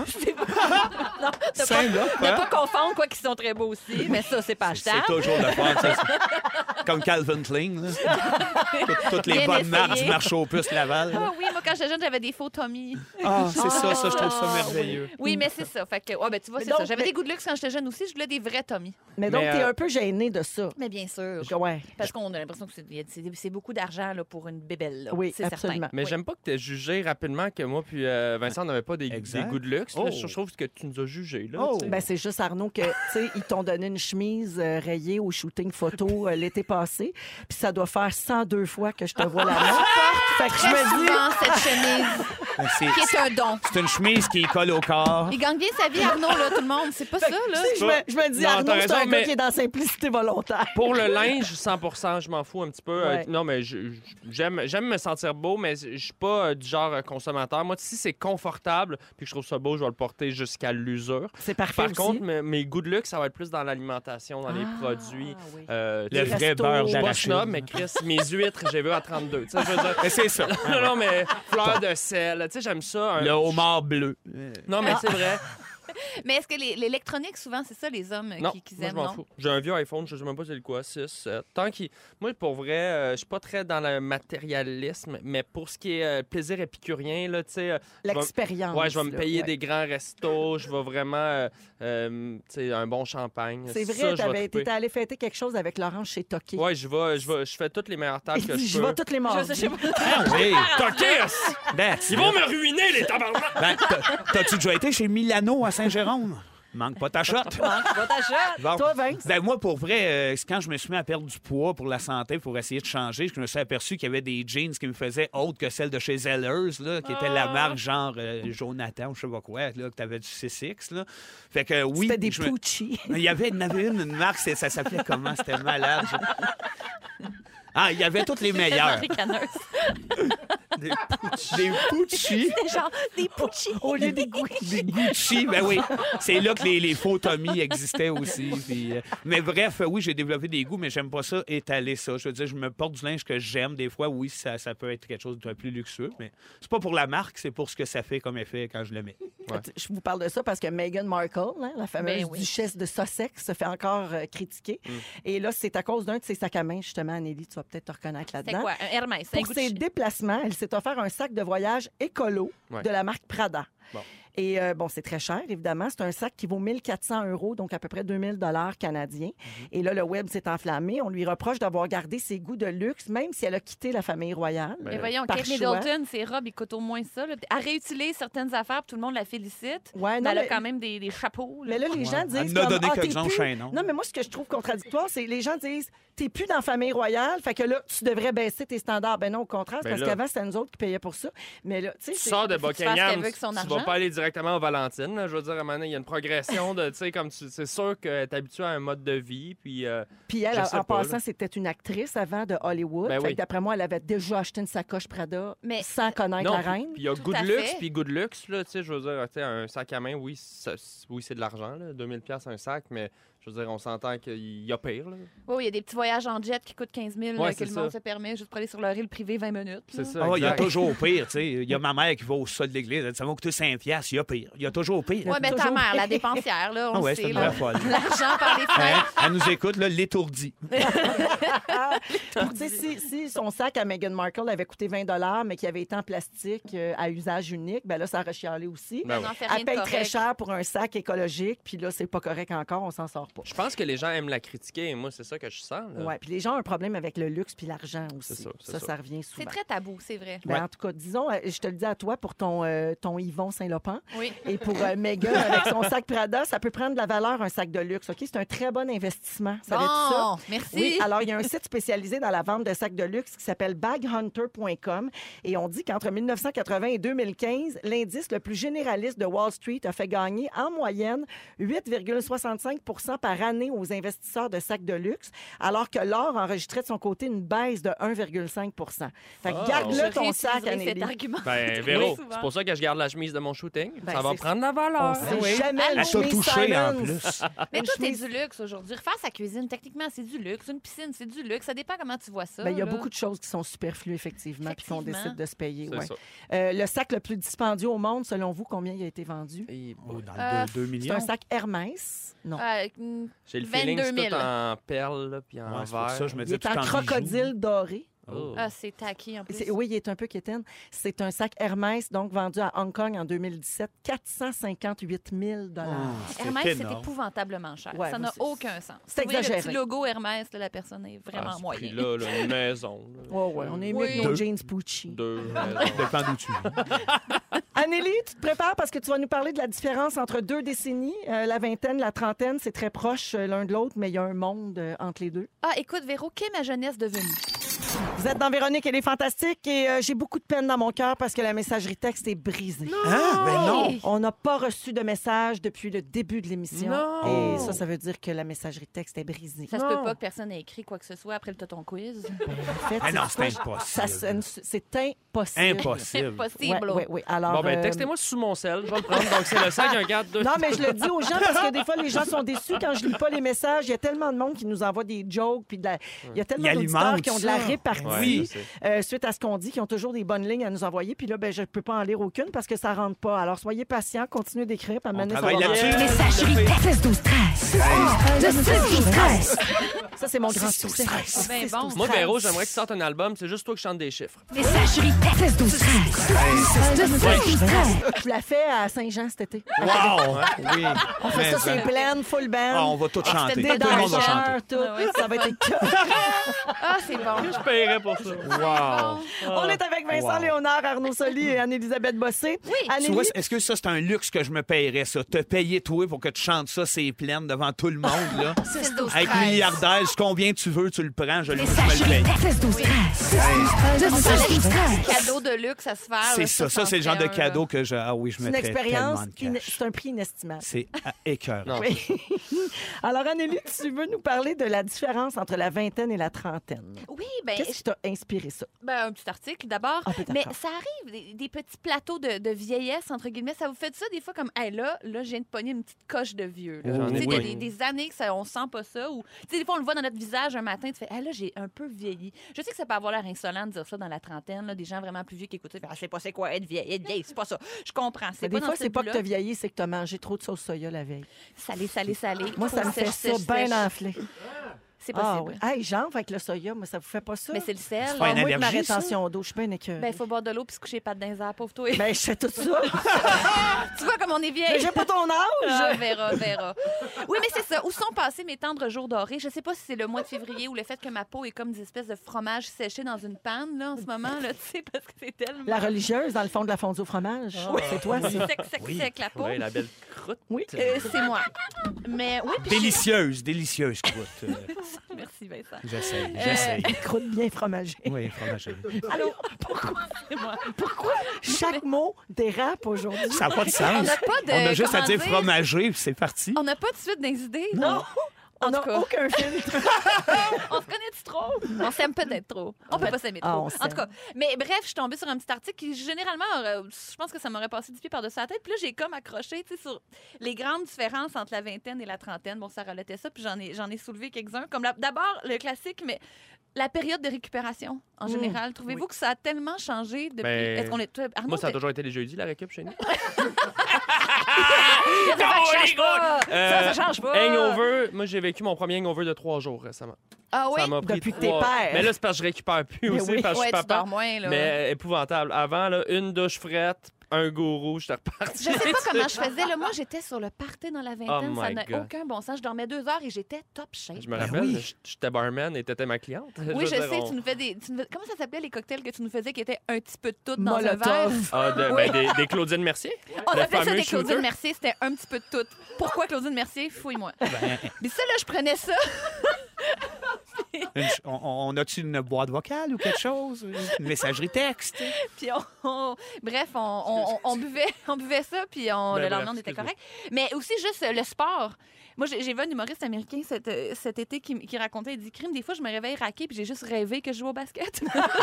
Non, de pas, Saint-Laurent. de pas confondre, quoi, qu'ils sont très beaux aussi. Mais ça, c'est pas C'est achetable. toujours le fun. ça, c'est- Comme Calvin Klein. là. Toutes- Toutes les Bien bonnes essayé. marques du marché aux puces Laval. Ah oui, moi, quand j'étais jeune, j'avais des faux Tommy. Ah, c'est ça, ça, je trouve ça Ah, merveilleux. Oui, mais c'est ça. Fait que, ouais, ben, tu vois, Mais c'est donc, ça. J'avais mais- des goûts de luxe quand j'étais jeune aussi. Je voulais des vrais Tommy. Mais donc, Mais, t'es euh, un peu gênée de ça. Mais bien sûr. Ouais. Parce qu'on a l'impression que c'est- il y a- c'est c'est beaucoup d'argent là, pour une bébelle. là. Oui, c'est absolument. certain. Mais Oui. j'aime pas que tu aies jugé rapidement que moi puis euh, Vincent n'avait pas des, Exact. des goûts de luxe. là. Oh. Je trouve que tu nous as jugés. Là, Oh. tu sais. Ben, c'est juste, Arnaud, que, tu sais, ils t'ont donné une chemise euh, rayée au shooting photo euh, l'été passé. Puis ça doit faire cent deux fois que je te vois la main. Fait que je Très me dis, souvent, cette chemise. C'est, Qui est un don. c'est une chemise qui colle au corps. Il gagne bien sa vie, Arnaud, là, tout le monde. C'est pas ça, là. Je me, je me dis, Non, Arnaud, t'as c'est un raison, gars mais- qui est dans simplicité volontaire. Pour le linge, cent pour cent, je m'en fous un petit peu. Euh, Ouais. non, mais je- je- j'aime, j'aime me sentir beau, mais je suis pas euh, du genre euh, consommateur. Moi, si c'est confortable puis que je trouve ça beau, je vais le porter jusqu'à l'usure. C'est parfait Par aussi. contre, mes, mes goûts de luxe, ça va être plus dans l'alimentation, dans les Ah, produits. oui. Euh, Le tu sais, vrai resto. beurre je suis pas d'arachide. snob, mais Chris, mes huîtres, j'ai vu à trente-deux. Tu sais, je veux dire- Mais c'est ça. non, non, mais fleurs de sel. Tu sais, j'aime ça. un- Le homard bleu. Non, mais c'est vrai. Mais est-ce que les- l'électronique, souvent, c'est ça, les hommes euh, Non, qui, qui moi, je aiment, m'en non? fous. J'ai un vieux iPhone, je sais même pas c'est le quoi, six, sept. Tant qu'il... Moi, pour vrai, euh, je suis pas très dans le matérialisme, mais pour ce qui est euh, plaisir épicurien, là, tu sais... euh, je vais- L'expérience. Ouais, je vais me là, payer ouais. des grands restos, je vais vraiment, euh, euh, tu sais, un bon champagne. C'est Ça, vrai, je vais t'avais- triper. t'étais allé fêter quelque chose avec Laurence chez Toki. Ouais, je vais, je vais, je fais toutes les meilleures tables Il que dit, je je peux. vais toutes les mardis. Je sais pas. Ah oui. Toquis! That's Ils it. vont me ruiner, les tabarnak! Ben, t'as- t'as-tu déjà été chez Milano à Saint-Jérôme? Manque pas ta shot. Va t'acheter. Bon. Toi, Vince? Ben moi, pour vrai, euh, c'est quand je me suis mis à perdre du poids pour la santé, pour essayer de changer, je me suis aperçu qu'il y avait des jeans qui me faisaient autres que celles de chez Zellers, là, qui était la marque genre euh, Jonathan ou je sais pas quoi, là, que t'avais du six X. Là. Fait que oui. C'était des je me- Pucci. Il y avait, il y en avait une, une marque, c'est- ça s'appelait comment? C'était malade. Ah, il y avait toutes les meilleures. Ricaneuse. Des Pucci. C'est genre des Pucci. Au lieu des Gucci. Des Gucci, ben oui. C'est là que les, les faux Tommy existaient aussi. Puis, euh, mais bref, euh, oui, j'ai développé des goûts, mais j'aime pas ça étaler ça. Je veux dire, je me porte du linge que j'aime. Des fois, oui, ça, ça peut être quelque chose de plus luxueux, mais c'est pas pour la marque, c'est pour ce que ça fait comme effet quand je le mets. Ouais. Je vous parle de ça parce que Meghan Markle, hein, la fameuse Ben oui. duchesse de Sussex, se fait encore euh, critiquer. Mm. Et là, c'est à cause d'un de ses sacs à main, justement, Anneli, tu vas peut-être te reconnaître C'est là-dedans. quoi? Un Hermès, un Pour ses Gucci. déplacements, elle s'est offert un sac de voyage écolo Ouais. de la marque Prada. Bon. Et euh, bon, c'est très cher, évidemment. C'est un sac qui vaut mille quatre cents euros, donc à peu près deux mille dollars canadiens. Mm-hmm. Et là, le web s'est enflammé. On lui reproche d'avoir gardé ses goûts de luxe, même si elle a quitté la famille royale. Mais voyons, par Kate choix. Middleton, ses robes, ils coûtent au moins ça. Là. Elle réutilise certaines affaires, puis tout le monde la félicite. Ouais, mais non, elle a mais- quand même des, des chapeaux. là. Mais là, les gens Elle disent nous a comme, donné ah, t'es quelques-uns au plus- chaînon. Non, mais moi, ce que je trouve contradictoire, c'est que les gens disent t'es plus dans la famille royale, fait que là, tu devrais baisser tes standards. Ben non, au contraire, c'est Ben parce là- qu'avant, c'était nous autres qui payaient pour ça. Mais là, tu sais, Tu c'est- sors de Faut que tu fasses ce Buckingham, qu'elle veut avec son tu argent. vas pas aller directement aux Valentines. là. Je veux dire, à un moment donné, il y a une progression de, tu sais, comme tu, c'est sûr que t'es habitué à un mode de vie, puis euh, Puis elle, Je en sais en pas, passant, là. c'était une actrice avant de Hollywood. Ben fait oui. que d'après moi, elle avait déjà acheté une sacoche Prada Mais- sans connaître non, la reine. puis il y a Tout goût à de luxe, fait. puis goût de luxe, là, tu sais, je veux dire, tu sais, un sac à main, oui, ça- oui c'est de l'argent, là, deux mille dollars un sac, mais je veux dire, on s'entend qu'il y a pire, là. Oui, il y a des petits voyages en jet qui coûtent quinze mille Ouais, là, que c'est le ça. monde se permet juste pour aller sur leur île privée vingt minutes. C'est là. ça. Ah, il y a exact. toujours pire, tu sais. Il y a ma mère qui va au sol de l'église, elle dit, ça va coûter cinq piastres, il y a pire. Il y a toujours pire. Oui, mais ta Toujours mère, pire. la dépensière, là, on Ah le ouais, sait. c'est une là. vraie folle. L'argent par les Hein? fenêtres. Elle nous écoute, là, l'étourdie. Pour, tu sais, si, si son sac à Meghan Markle avait coûté vingt dollars, mais qui avait été en plastique euh, à usage unique, ben là, ça aurait chialé aussi. Ben On oui. en fait rien Elle de paye correct. très cher pour un sac écologique, puis là, c'est pas correct encore, on s'en sort pas. Je pense que les gens aiment la critiquer, et moi, c'est ça que je sens, là. Ouais, puis les gens ont un problème avec le luxe puis l'argent aussi. C'est ça, c'est ça, ça. ça revient C'est souvent. très tabou, c'est vrai. Ben, Ouais. En tout cas, disons, euh, je te le dis à toi pour ton, euh, ton Yvon Saint-Lopin. Oui. Et pour euh, Meghan, avec son sac Prada, ça peut prendre de la valeur, un sac de luxe. OK? C'est un très bon investissement. Savais-tu ça? Bon, merci. Oui, alors il y a un site spécialisé dans la vente de sacs de luxe qui s'appelle bag hunter point com et on dit qu'entre mille neuf cent quatre-vingts et deux mille quinze, l'indice le plus généraliste de Wall Street a fait gagner en moyenne huit virgule soixante-cinq pour cent par année aux investisseurs de sacs de luxe, alors que l'or enregistrait de son côté une baisse de un virgule cinq pour cent. Fait que Oh. garde-le ton Je sac, réutiliserai Anneli. cet argument. Ben, Véro, Oui, souvent. c'est pour ça que je garde la chemise de mon shooting. Ben, ça va c'est- prendre la On valeur. sait oui. jamais Elle le Elle t'a chemise touché en Simons. plus. Mais Une tout est chemise- du luxe aujourd'hui. Refaire sa cuisine, techniquement, c'est du luxe. Une piscine, c'est du luxe. Ça dépend comment tu vois ça. Ben, il y a là. beaucoup de choses qui sont superflues, effectivement, puis qu'on Effectivement. décide de se payer. C'est ouais. ça. Euh, le sac le plus dispendieux au monde, selon vous, combien il a été vendu? Et, Oh, dans Euh, le deux C'est millions. un sac Hermès. Non. Euh, mm, j'ai le feeling que c'est vingt-deux mille. tout en perles, là, puis en Ouais, c'est pour verre. ça, je me Il disais est tout en en crocodile doré. Oh. ah, c'est taqué en plus. C'est- Oui, il est un peu quétaine. C'est un sac Hermès, donc vendu à Hong Kong en deux mille dix-sept, quatre cent cinquante-huit mille dollars. Hermès, c'est c'est énorme. épouvantablement cher. Ouais, ça moi, n'a c'est- aucun sens. c'est Vous voyez exagéré. le petit logo Hermès, là, la personne est vraiment Ah, ce moyen. prix-là, là, une maison. là. Ouais, ouais, on est mieux Oui. que nos Deux. jeans Pucci. Deux maisons. Dépend d'où tu vis. Anneli, tu te prépares parce que tu vas nous parler de la différence entre deux décennies. Euh, la vingtaine, la trentaine, c'est très proche euh, l'un de l'autre, mais il y a un monde euh, entre les deux. Ah, écoute, Véro, qu'est ma jeunesse devenue? Vous êtes dans Véronique, elle est fantastique et euh, j'ai beaucoup de peine dans mon cœur parce que la messagerie texte est brisée. Hein? Ben non. On n'a pas reçu de message depuis le début de l'émission. Non. Et ça, ça veut dire que la messagerie texte est brisée. Ça se peut pas que personne n'ait écrit quoi que ce soit après le tonton quiz. En fait, Ah non, c'est c'est pas- ça impossible. sonne- C'est impossible. C'est Impossible. impossible. Oui, oui, oui. Alors, Bon, ben, euh, textez-moi sous mon sel. Je vais le prendre. Donc, c'est le cinq un quatre deux. Non, mais je le dis aux gens parce que des fois, les gens sont déçus quand je lis pas les messages. Il y a tellement de monde qui nous envoie des jokes. Puis de la... Il y a tellement Il d'auditeurs alimente qui ont de la ça. répartie Ouais, je sais. euh, suite à ce qu'on dit, qui ont toujours des bonnes lignes à nous envoyer. Puis là, ben, je peux pas en lire aucune parce que ça rentre pas. Alors, soyez patients, continuez d'écrire. Puis à un moment donné, ça travaille va là-dessus. rentrer. Messagerie texte seize douze treize. Le seize douze treize. Ça, c'est mon grand succès. C'est bien bon. Moi, Véro, j'aimerais que tu sortes un album. C'est juste toi qui chante des chiffres. Messagerie texte seize douze treize. Le seize douze treize. Je la fais à Saint-Jean cet été. Wow! Oui. On fait ça, c'est plein, full band. Ah, on va tout chanter. Des Tout le monde va chanter. danseurs, tout. Ah ouais. Ça va être écœurant. Ah, c'est bon. Je paierais pour ça. Wow! On est avec Vincent Wow. Léonard, Arnaud Soli et Anne-Élisabeth Bossé. Oui. Tu vois, est-ce que ça, c'est un luxe que je me paierais, ça? Te payer, toi, pour que tu chantes ça, c'est pleine devant tout le monde, là? six douze Avec treize. milliardaire, combien tu veux, tu le prends, je le je me le Messagerie paye. texte seize douze treize. Le On seize parlait douze de treize. cadeau de luxe à se faire. C'est là, ça, ça, c'est le genre de serait un, cadeau que je. Ah oui, je C'est une mettrais expérience, tellement de ine- cash. c'est un prix inestimable. C'est ah, écœurant. Non. Oui. Alors, Anneli, tu veux nous parler de la différence entre la vingtaine et la trentaine. Oui, ben, Qu'est-ce qui t'a inspiré ça? ben, un petit article d'abord. Ah, ben, Mais d'accord. ça arrive, des, des petits plateaux de, de vieillesse, entre guillemets. Ça vous fait ça des fois comme, hey, là, là, je viens de pogner une petite coche de vieux. là. J'en ai Tu sais, pas des, eu. des, des années que ça, on sent pas ça. Ou, tu sais, des fois, on le voit dans notre visage un matin, tu fais, hey, là, j'ai un peu vieilli. Je sais que ça peut avoir l'air insolent de dire ça dans la trentaine, là, des gens vraiment plus vieux qui écoutent ça. Ah, c'est pas c'est quoi être vieille, être vieille, c'est pas ça. Je comprends. Mais C'est des pas dans fois, ce c'est pas que but-là. t'as vieilli, c'est que t'as mangé trop de sauce soya la veille. Salé, salé, salé. Moi, ça Trop me fait sèche, ça sèche, bien sèche. enflé. C'est Ah possible. oui. Hey, j'enfre avec le soya, mais ça vous fait pas ça? Mais c'est le sel. pas Ah, une moi, de ma allergie, ça? rétention d'eau, je suis bien écœurée. Ben, il faut boire de l'eau puis se coucher les pattes dans les airs, pauvre toi. Ben, je fais tout ça. tu vois comme on est Mais vieille. j'ai pas ton âge. Ah, verra, verra. Oui, mais c'est ça. Où sont passés mes tendres jours dorés? Je sais pas si c'est le mois de février ou le fait que ma peau est comme des espèces de fromage séché dans une panne, là, en ce moment, là, tu sais, parce que c'est tellement... La religieuse, dans le fond de la fondue au fromage. C'est toi, ça. Sec, sec, sec, la peau. Ouais, la belle croûte. Oui. Euh, c'est moi. Mais oui, puis... Délicieuse, délicieuse, croûte. Euh, je- Merci, Vincent. J'essaie, Euh, j'essaie. Une croûte bien fromagée. Oui, fromager. Allô? Pourquoi? C'est moi. Chaque mot dérape aujourd'hui. Ça n'a pas de On sens. n'a pas de... On a juste à comment dire fromager, puis c'est parti. On n'a pas de suite des idées. Non. En On tout n'a cas. aucun filtre. On se connaît-tu trop? On s'aime peut-être trop. On peut pas s'aimer trop. Ah, on en s'aime. tout cas, mais bref, je suis tombée sur un petit article qui, généralement, aurait- je pense que ça m'aurait passé du pied par-dessus la tête. Puis là, j'ai comme accroché, tu sais, sur les grandes différences entre la vingtaine et la trentaine. Bon, ça relatait ça, puis j'en ai, j'en ai soulevé quelques-uns. Comme la- d'abord, le classique, mais la période de récupération, en Mmh. général. Trouvez-vous que ça a tellement changé depuis... Ben, Est-ce qu'on est... toi, Arnaud, Moi, ça a t'es- toujours été les jeudis, la récup chez nous. Ça, ça change pas! Ça, ça change pas! Hangover, moi, j'ai vécu mon premier hangover de trois jours récemment. Ah oui? Ça m'a pris Depuis que trois- t'es père. Mais là, c'est parce que je récupère plus Mais aussi, oui. parce que Ouais, je tu suis papa. dors moins, là. Mais épouvantable. Avant, là, une douche frette, un gourou, j'étais reparti. Je sais pas comment je faisais. Là. Moi, j'étais sur le party dans la vingtaine. Oh ça my n'a God. aucun bon sens. Je dormais deux heures et j'étais top shape. Je me Ben rappelle, oui. j- j'étais barman et t'étais ma cliente. Oui, je veux dire, sais. on- Tu nous fais des. tu nous fais- Comment ça s'appelait les cocktails que tu nous faisais qui étaient un petit peu de tout dans un verre? Molotov. Ah, de- Oui. ben, des, des Claudine Mercier. On Le appelait ça fameux des Claudine shooter. Mercier. C'était un petit peu de tout. Pourquoi Claudine Mercier? Fouille-moi. Ben, Mais ça, là, je prenais ça. une- on, on a-tu une boîte vocale ou quelque chose? Une messagerie texte? Puis on, on- bref, on, on- on- on buvait, on buvait ça, puis on, Ben le bref, lendemain, on était excuse-moi. correct. Mais aussi juste euh, le sport. Moi, j'ai j'ai vu un humoriste américain cet, euh, cet été qui, qui racontait, il dit, crime, des fois, je me réveille raquée, puis j'ai juste rêvé que je jouais au basket.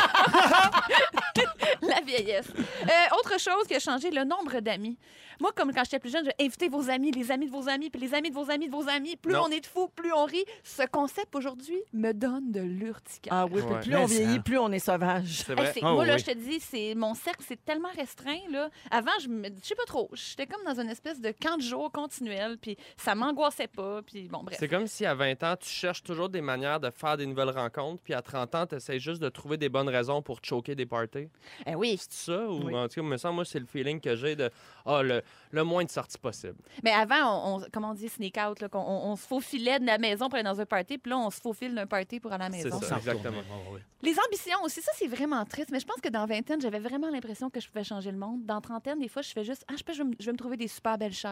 La vieillesse. Euh, autre chose qui a changé, le nombre d'amis. Moi, comme quand j'étais plus jeune, je invitez vos amis, les amis de vos amis, puis les amis de vos amis de vos amis. Plus Non. on est de fous, plus on rit. Ce concept, aujourd'hui, me donne de l'urticaire. Ah oui, puis Ouais. plus on Mais vieillit, ça- plus on est sauvage. C'est Hey, vrai. c'est- Ah moi, là, oui. je te dis, c'est mon cercle, c'est tellement restreint. Là. Avant, je me je sais pas trop. J'étais comme dans une espèce de camp de jour continuel, puis ça m'angoissait pas. Puis bon, bref. C'est comme si à vingt ans, tu cherches toujours des manières de faire des nouvelles rencontres, puis à trente ans, tu essaies juste de trouver des bonnes raisons pour te choquer des parties. Eh oui. C'est ça? Ou Oui. en tout cas, me semble, moi, c'est le feeling que j'ai de ah, le, le moins de sorties possible. Mais avant, on, on- comment on dit, sneak out, là, qu'on- on, on se faufilait de la maison pour aller dans un party, puis là, on se faufile d'un party pour aller à la C'est maison. ça. Sans exactement. retourner. Ouais, ouais. Les ambitions aussi, ça, c'est vraiment triste. Mais je pense que dans vingtaine, j'avais vraiment l'impression que je pouvais changer le monde. Dans trentaine, des fois, je fais juste, ah, je, peux, je, vais me, je vais me trouver des super belles chaises.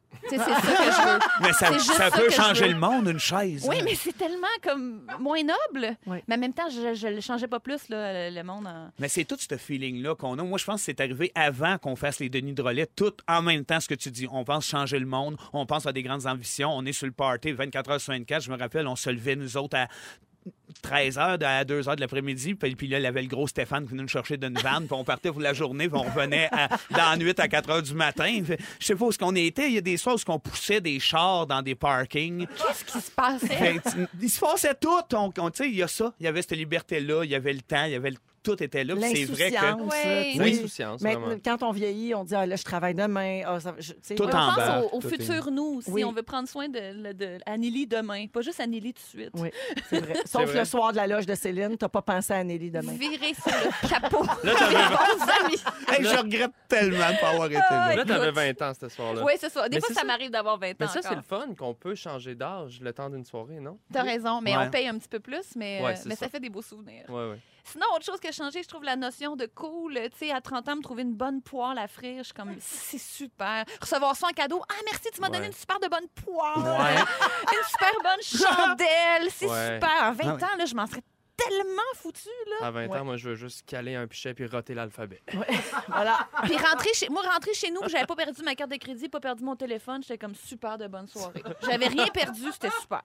Tu sais, c'est ça que je veux. Mais ça, C'est juste ça ça peut que je changer veux. le monde, une chaise. Oui, mais c'est tellement comme moins noble. Oui. Mais en même temps, je ne le changeais pas plus, là, le, le monde. En... Mais c'est tout ce feeling-là qu'on a. Moi, je pense que c'est arrivé avant qu'on fasse les Denis Drolet, tout en même temps, ce que tu dis. On pense changer le monde, on pense à des grandes ambitions, on est sur le party vingt-quatre heures sur vingt-quatre. Je me rappelle, on se levait, nous autres, à treize heures à deux heures de l'après-midi, puis, puis là, il y avait le gros Stéphane qui venait nous chercher d'une vanne, puis on partait pour la journée, puis on revenait à, dans la nuit à quatre heures du matin. Fait, je sais pas où ce qu'on était. Il y a des soirs où on poussait des chars dans des parkings. Qu'est-ce qui se passait? Fait, il se passait tout. On, on, tu sais, il y a ça. Il y avait cette liberté-là, il y avait le temps, il y avait le tout était là. Puis c'est vrai que L'insouciance, Ouais. là, tu sais. L'insouciance, Mais vraiment. quand on vieillit, on dit ah, là, je travaille demain. Ah, ça- je- tu sais, Tout ouais. On en pense bas. au, au Tout futur nous aussi. Oui. On veut prendre soin de, de Anneli demain. Pas juste Anneli tout de suite. Oui, c'est vrai. Sauf vrai. le soir de la loge de Céline, t'as pas pensé à Anneli demain. Virer sur le capot. Là, Mes t'avais bons amis. hey, je regrette tellement de pas avoir été là. là, t'avais écoute. vingt ans, ce soir-là. Oui, c'est ça. Des Mais fois, c'est ça ça. m'arrive d'avoir vingt ans Mais ça, c'est encore. le fun qu'on peut changer d'âge le temps d'une soirée, non? T'as raison, mais Ouais. on paye un petit peu plus, mais, Ouais, euh, c'est mais ça. ça. fait des beaux souvenirs. Oui, oui. Sinon, autre chose qui a changé, je trouve la notion de cool. Tu sais, à trente ans, me trouver une bonne poêle à frire, je suis comme, c'est super. Recevoir ça en cadeau. Ah, merci, tu m'as donné Ouais. une super de bonne poêle. Ouais. Une super bonne chandelle. C'est Ouais. super. À vingt Ah ouais. ans, là, je m'en serais tellement foutu, là. À vingt Ouais. ans, moi, je veux juste caler un pichet puis roter l'alphabet. Voilà. Puis rentrer chez moi, rentrer chez nous, j'avais pas perdu ma carte de crédit, pas perdu mon téléphone, j'étais comme super de bonne soirée. J'avais rien perdu, c'était super.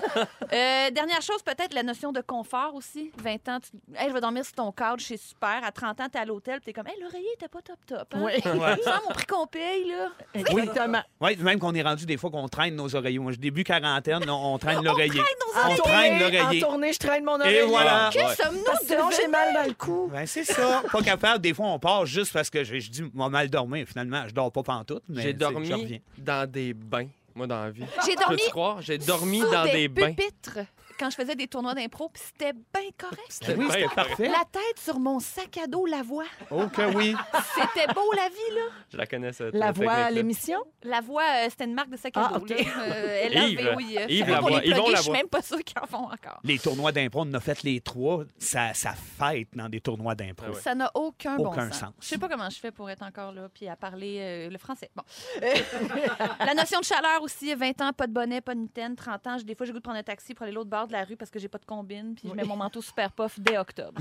Euh, dernière chose, peut-être la notion de confort aussi. vingt ans, tu... hey, je vais dormir sur ton couch, c'est super. À trente ans, t'es à l'hôtel, puis t'es comme, hey, l'oreiller était pas top top. Hein? Oui. Ouais. Tu sens mon prix qu'on paye, là. Exactement. Oui, même qu'on est rendu des fois qu'on traîne nos oreillers. Moi, je début quarantaine, on, on traîne l'oreiller. nos On En traîne tournée, l'oreiller. en tournée, je traîne mon oreiller. Et voilà. Que Ouais. sommes-nous Parce que sinon, j'ai devenus? mal dans le cou. Ben, c'est ça. Pas capable. Des fois, on part juste parce que je, je dis, moi, mal dormir. Finalement, je dors pas pantoute. mais J'ai tu sais, je dormi reviens. dans des bains, moi, dans la vie. J'ai dormi Peux-tu croire? J'ai dormi sous dans des, des bains. pupitres quand je faisais des tournois d'impro, puis c'était bien correct. C'était Oui, bien c'était correct. parfait. La tête sur mon sac à dos, la voix. Oh que oui. C'était beau, la vie, là. Je la connais, cette La cette voix à technique-là. l'émission? La voix, euh, c'était une marque de sac à Ah, dos. OK. Là. Euh, L A V O I E. Yves Je sais pas pour Lavoie. les Yvon plugger, je suis Lavoie. même pas sûre qu'ils en font encore. Les tournois d'impro, on a fait les trois. Ça, ça fête dans des tournois d'impro. Ah ouais. Ça n'a aucun, Aucun bon sens. sens. Je sais pas comment je fais pour être encore là puis à parler euh, le français. Bon. Euh, la notion de chaleur aussi, vingt ans, pas de bonnet, pas de mitaine, trente ans, j'ai- des fois j'ai le goût de prendre un taxi pour aller l'autre bord de la rue parce que j'ai pas de combine puis je mets mon manteau super puff dès octobre.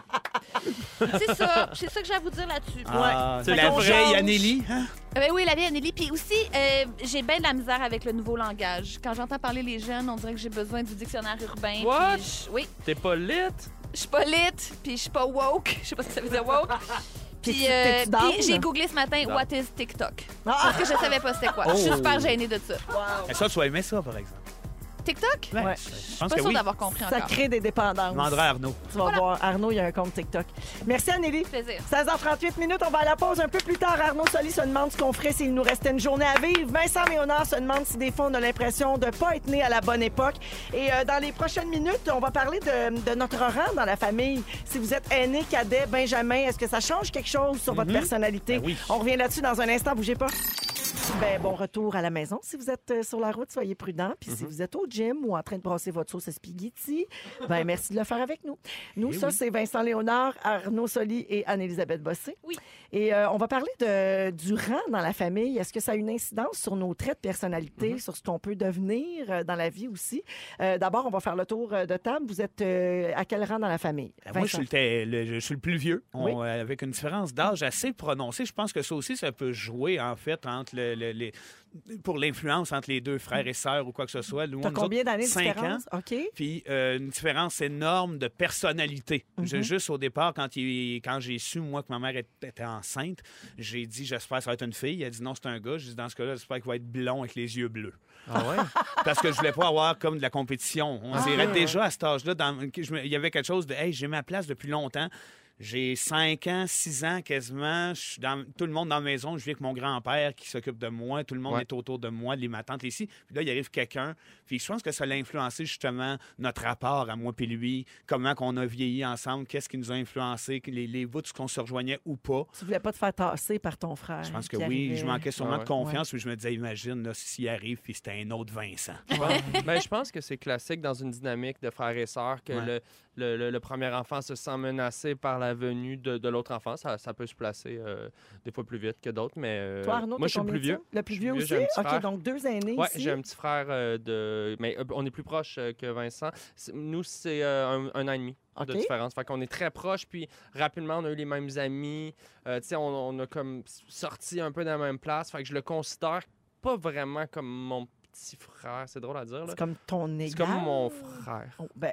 C'est ça, c'est ça que j'ai à vous dire là-dessus. Ah, C'est la qu'on vieille change. Anneli. Hein? Euh, ben oui, la vie, Anneli. Puis aussi, euh, j'ai bien de la misère avec le nouveau langage. Quand j'entends parler les jeunes, on dirait que j'ai besoin du dictionnaire urbain. What? puis je- Oui, T'es pas lit? je suis pas lit, puis je suis pas woke. Je sais pas ce que ça veut dire woke. Puis T'es-tu- euh, t'es-tu down? puis j'ai googlé ce matin Down. What is TikTok. Ah! Parce que je savais pas c'était quoi. Je suis Oh. super gênée de ça. Et ça, tu vas aimer ça, par exemple. TikTok? Ouais, Ouais. Je Je suis pense pas que sûre oui. d'avoir compris Ça encore. crée des dépendances. Je demanderai à Arnaud. Tu vas voir, Arnaud, il y a un compte TikTok. Merci, Anneli. Plaisir. seize heures trente-huit minutes, on va à la pause un peu plus tard. Arnaud Soli se demande ce qu'on ferait s'il nous restait une journée à vivre. Vincent Léonard se demande si des fois on a l'impression de ne pas être né à la bonne époque. Et euh, dans les prochaines minutes, on va parler de, de notre rang dans la famille. Si vous êtes aîné, cadet, benjamin, est-ce que ça change quelque chose sur votre personnalité? Ben oui. On revient là-dessus dans un instant, bougez pas. Ben, bon retour à la maison. Si vous êtes euh, sur la route, soyez prudents. Puis si vous êtes au gym ou en train de brasser votre sauce à spaghetti, ben merci de le faire avec nous. Nous, Eh ça, oui. c'est Vincent Léonard, Arnaud Soli et Anne-Élisabeth Bossé. Oui. Et euh, on va parler de, du rang dans la famille. Est-ce que ça a une incidence sur nos traits de personnalité, sur ce qu'on peut devenir euh, dans la vie aussi? Euh, D'abord, on va faire le tour euh, de table. Vous êtes euh, à quel rang dans la famille? Ben, moi, je suis, le, le- je suis le plus vieux, On- Oui. euh, avec une différence d'âge assez prononcée. Je pense que ça aussi, ça peut jouer, en fait, entre le, le- les, pour l'influence entre les deux frères et sœurs ou quoi que ce soit. Nous, T'as nous combien autres, d'années de cinq différence? ans. OK. Puis euh, une différence énorme de personnalité. J'ai Juste au départ, quand, il- quand j'ai su, moi, que ma mère était- était enceinte, j'ai dit, j'espère que ça va être une fille. Elle a dit, non, c'est un gars. J'ai dit, dans ce cas-là, j'espère qu'il va être blond avec les yeux bleus. Ah ouais? Parce que je voulais pas avoir comme de la compétition. On Ah, dirait ouais, déjà à cet âge-là, dans- que je me- il y avait quelque chose de, hey, j'ai ma place depuis longtemps. J'ai cinq ans, six ans quasiment. Je suis dans, tout le monde dans la maison. Je vis avec mon grand-père qui s'occupe de moi. Tout le monde Ouais. est autour de moi, les ma tante ici. Puis là, il arrive quelqu'un. Puis je pense que ça l'a influencé justement notre rapport à moi puis lui. Comment qu'on a vieilli ensemble. Qu'est-ce qui nous a influencé. Les, les bouts qu'on se rejoignait ou pas. Tu voulais pas te faire tasser par ton frère. Je pense que qui oui. arrivait. Je manquais sûrement Ah ouais. de confiance. Puis je me disais, imagine là, s'il arrive puis c'était un autre Vincent. Ben, je pense que c'est classique dans une dynamique de frères et sœurs que Ouais. le, le, le- le premier enfant se sent menacé par la la venue de, de l'autre enfant. Ça, ça peut se placer euh, des fois plus vite que d'autres, mais euh, Toi, Arnaud, moi, je suis le plus vieux. Le plus Je suis vieux vieux, aussi? j'ai un petit OK, frère. donc deux aînés Oui, ici. j'ai un petit frère euh, de... Mais euh, on est plus proche euh, que Vincent. C'est- Nous, c'est euh, un, un an et demi OK. de différence. Fait qu'on est très proches, puis rapidement, on a eu les mêmes amis. Euh, tu sais, on, on a comme sorti un peu dans la même place. Fait que je le considère pas vraiment comme mon petit frère. C'est drôle à dire, là. C'est comme ton égal. C'est comme mon frère. Oh, ben,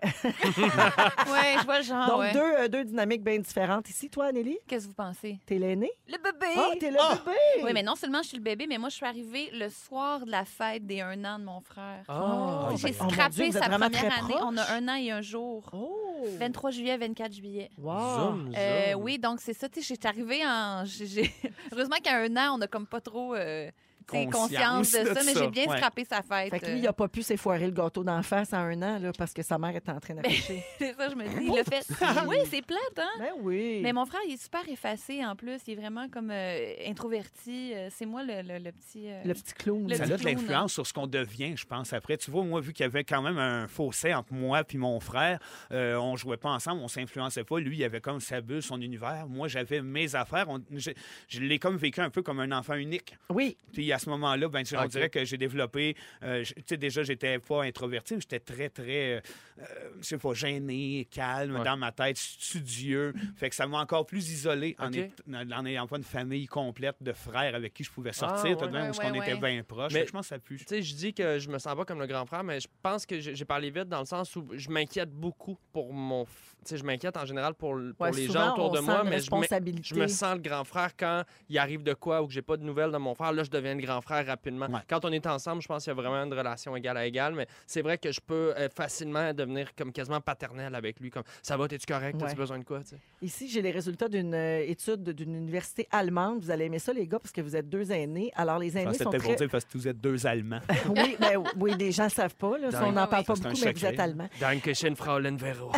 Ouais, je vois le genre. donc, ouais. deux, euh, deux dynamiques bien différentes ici. Toi, Anneli, Qu'est-ce que vous pensez? t'es l'aîné? Le bébé! Ah, t'es le Ah! bébé! Oui, mais non seulement je suis le bébé, mais moi, je suis arrivée le soir de la fête des un an de mon frère. Ah, Oh, J'ai ben, oh mon Dieu, scrappé vous êtes sa vraiment première très année. proches. On a un an et un jour. Oh! vingt-trois juillet, vingt-quatre juillet. Wow! Zoom, Euh, zoom. oui, donc c'est ça. Tu sais, j'étais arrivée en. j'ai- j'ai- Heureusement qu'à un an, on n'a comme pas trop euh, tu sais, conscience de de ça, mais ça, j'ai bien ouais. scrappé sa fête. Fait que lui, il n'a pas pu s'effoirer le gâteau d'en face à un an là, parce que sa mère était en train d'accoucher. C'est ça, je me dis. Il l'a fait. Oui, c'est plate, hein? Ben oui! Mais mon frère, il est super effacé en plus. Il est vraiment comme euh, introverti. Euh, C'est moi le, le- le petit. euh, Le petit clown. Le là. Ça petit a de clown, l'influence sur ce qu'on devient, je pense, après. Tu vois, moi, vu qu'il y avait quand même un fossé entre moi et mon frère, euh, on jouait pas ensemble, on s'influençait pas. Lui, il avait comme sa bulle, son univers. Moi, j'avais mes affaires. On- je je l'ai comme vécu un peu comme un enfant unique. Oui. Puis à ce moment-là, ben, on Ok. dirait que j'ai développé... euh, je- tu sais, déjà, j'étais pas introverti, mais j'étais très, très... euh, je sais pas, gêné, calme, Ouais. dans ma tête, studieux. Fait que ça m'a encore plus isolé en Ok. est- en n'ayant pas une famille complète de frères avec qui je pouvais Ah, sortir, tout ouais. de même, Ouais, où on ouais, était ouais. bien proches. Mais- Fait que je pense que ça pue. Tu sais, je dis que je me sens pas comme le grand frère, mais je pense que j'ai j'ai parlé vite dans le sens où je m'inquiète beaucoup pour mon... f- Tu sais, je m'inquiète en général pour, pour Ouais, les souvent, gens autour on de sent moi, une mais je me, responsabilité. je me sens le grand frère quand il arrive de quoi ou que j'ai pas de nouvelles de mon frère. Là, je deviens le grand frère rapidement. Ouais. Quand on est ensemble, je pense qu'il y a vraiment une relation égal à égal, mais c'est vrai que je peux euh, facilement devenir comme quasiment paternel avec lui. Comme, ça va, t'es-tu correct? T'as-tu Ouais. besoin de quoi? Tu sais? Ici, j'ai les résultats d'une euh, étude d'une université allemande. Vous allez aimer ça, les gars, parce que vous êtes deux aînés. Alors, les Je aînés pense que sont c'était pour très... dire parce que vous êtes deux Allemands. oui, ben, oui, les gens ne savent pas. Là, ça, on n'en Dingue. parle pas C'est un beaucoup, mais vous secret. êtes allemand. Dankeschön, Fraulein Vero.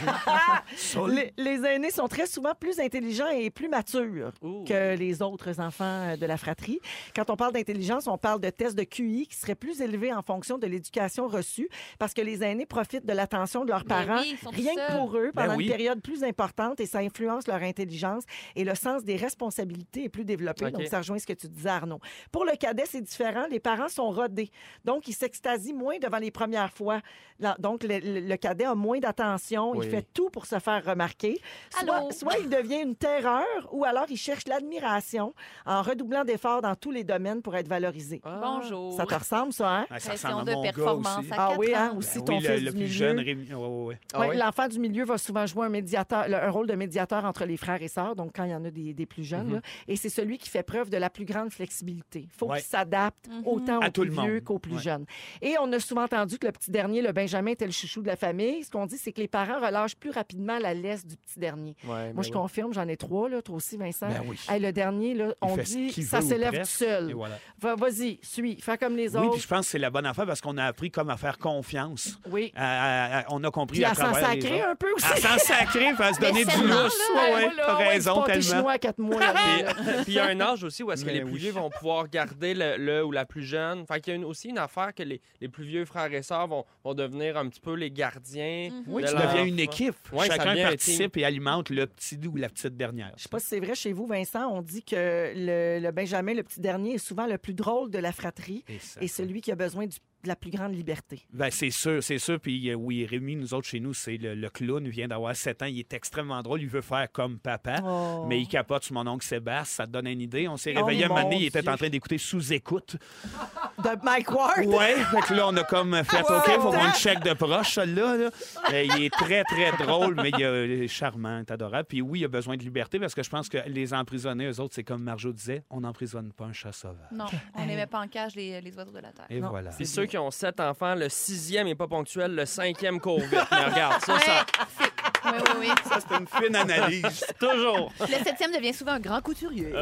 Les, les aînés sont très souvent plus intelligents et plus matures Ouh. que les autres enfants euh, de la fratrie. Quand on parle d'intelligence, on parle de tests de Q I qui seraient plus élevés en fonction de l'éducation reçue parce que les aînés profitent de l'attention de leurs Mais parents oui, ils sont tout rien que seuls. pour eux Ben pendant oui. une période plus importante et ça influence leur intelligence et le sens des responsabilités est plus développé. OK. Donc, ça rejoint ce que tu disais, Arnaud. Pour le cadet, c'est différent. Les parents sont rodés. Donc, ils s'extasient moins devant les premières fois. Là, donc, le, le- le cadet a moins d'attention. Oui. Il fait tout pour se faire remarquer. Soit, Allô? soit il devient une terreur ou alors il cherche l'admiration en redoublant d'efforts dans tous les domaines pour être valorisé. Ah. Bonjour. Ça te ressemble, ça, hein? Ouais, ça Pression ressemble à de mon gars performance aussi. à Ah quatre oui, hein, ans. aussi Ben ton oui, fils le, le du plus milieu. jeune, Rémi. Ouais, ouais, ouais. Ah Ouais, ouais? l'enfant du milieu va souvent jouer un médiateur, le- un rôle de médiateur entre les frères et sœurs, donc quand il y en a des, des plus jeunes. Mhm. là. Et c'est celui qui fait preuve de la plus grande flexibilité. Il faut Ouais. qu'il s'adapte Mhm. autant À aux tout plus le vieux monde. qu'aux plus Ouais. jeunes. Et on a souvent entendu que le petit dernier, le Benjamin, était le chouchou de la famille. Ce qu'on dit, c'est que les parents relâchent plus rapidement la laisse du petit dernier. Ouais, Moi, ben je oui. confirme, j'en ai trois, là, toi aussi, Vincent. Ben oui. Hey, le dernier, là, Il on fait ce dit qu'il ça veut ou s'élève tout presque, seul. et voilà. Va- Vas-y, suis, fais comme les Oui, autres. puis je pense que c'est la bonne affaire parce qu'on a appris comme à faire confiance. Oui. À- à- à- on a compris Puis à à s'en travers les sacrer autres. un peu aussi. À s'en sacrer, à se Mais donner du seulement, lousse. là, Ouais, ouais, Voilà, t'as ouais, raison du pâté tellement. chinois à quatre mois. là. Puis puis il y a un âge aussi où est-ce que Mais les plus oui. vieux vont pouvoir garder le, le ou la plus jeune. Fait qu'il y a une- aussi une affaire que les, les plus vieux frères et sœurs vont, vont devenir un petit peu les gardiens. Mhm. Oui, de tu leur deviens une enfant. équipe. Ouais, ça Chacun devient un participe et alimente le petit ou la petite dernière. Je sais pas si c'est vrai chez vous, Vincent. On dit que le, le Benjamin, le petit dernier, est souvent le plus drôle de la fratrie Et ça- et celui qui a besoin du- de la plus grande liberté. Ben, c'est sûr, c'est sûr. Puis euh, oui, Rémi, nous autres, chez nous, c'est le, le clown. Il vient d'avoir sept ans. Il est extrêmement drôle. Il veut faire comme papa. Oh. Mais il capote sur mon oncle Sébastien. Ça te donne une idée. On s'est Oh, réveillé un mon moment donné, il était Dieu. en train d'écouter sous-écoute. De Mike Ward? Ouais, fait que là, on a comme fait, Ah, OK, ouais. faut qu'on le check de proche, celui-là. Là. Mais il est très, très drôle, mais il est charmant, il est adorable. Puis oui, il a besoin de liberté parce que je pense que les emprisonnés, eux autres, c'est comme Marjo disait, on n'emprisonne pas un chat sauvage. Non, on les met pas en cage, les, les oiseaux de la terre. Et Non. voilà. Puis ceux qui ont sept enfants, le sixième n'est pas ponctuel, le cinquième court vite. Mais regarde, ça, Ouais, ça, c'est- oui, oui, oui. Ça, c'est une fine analyse. toujours. Le septième devient souvent un grand couturier.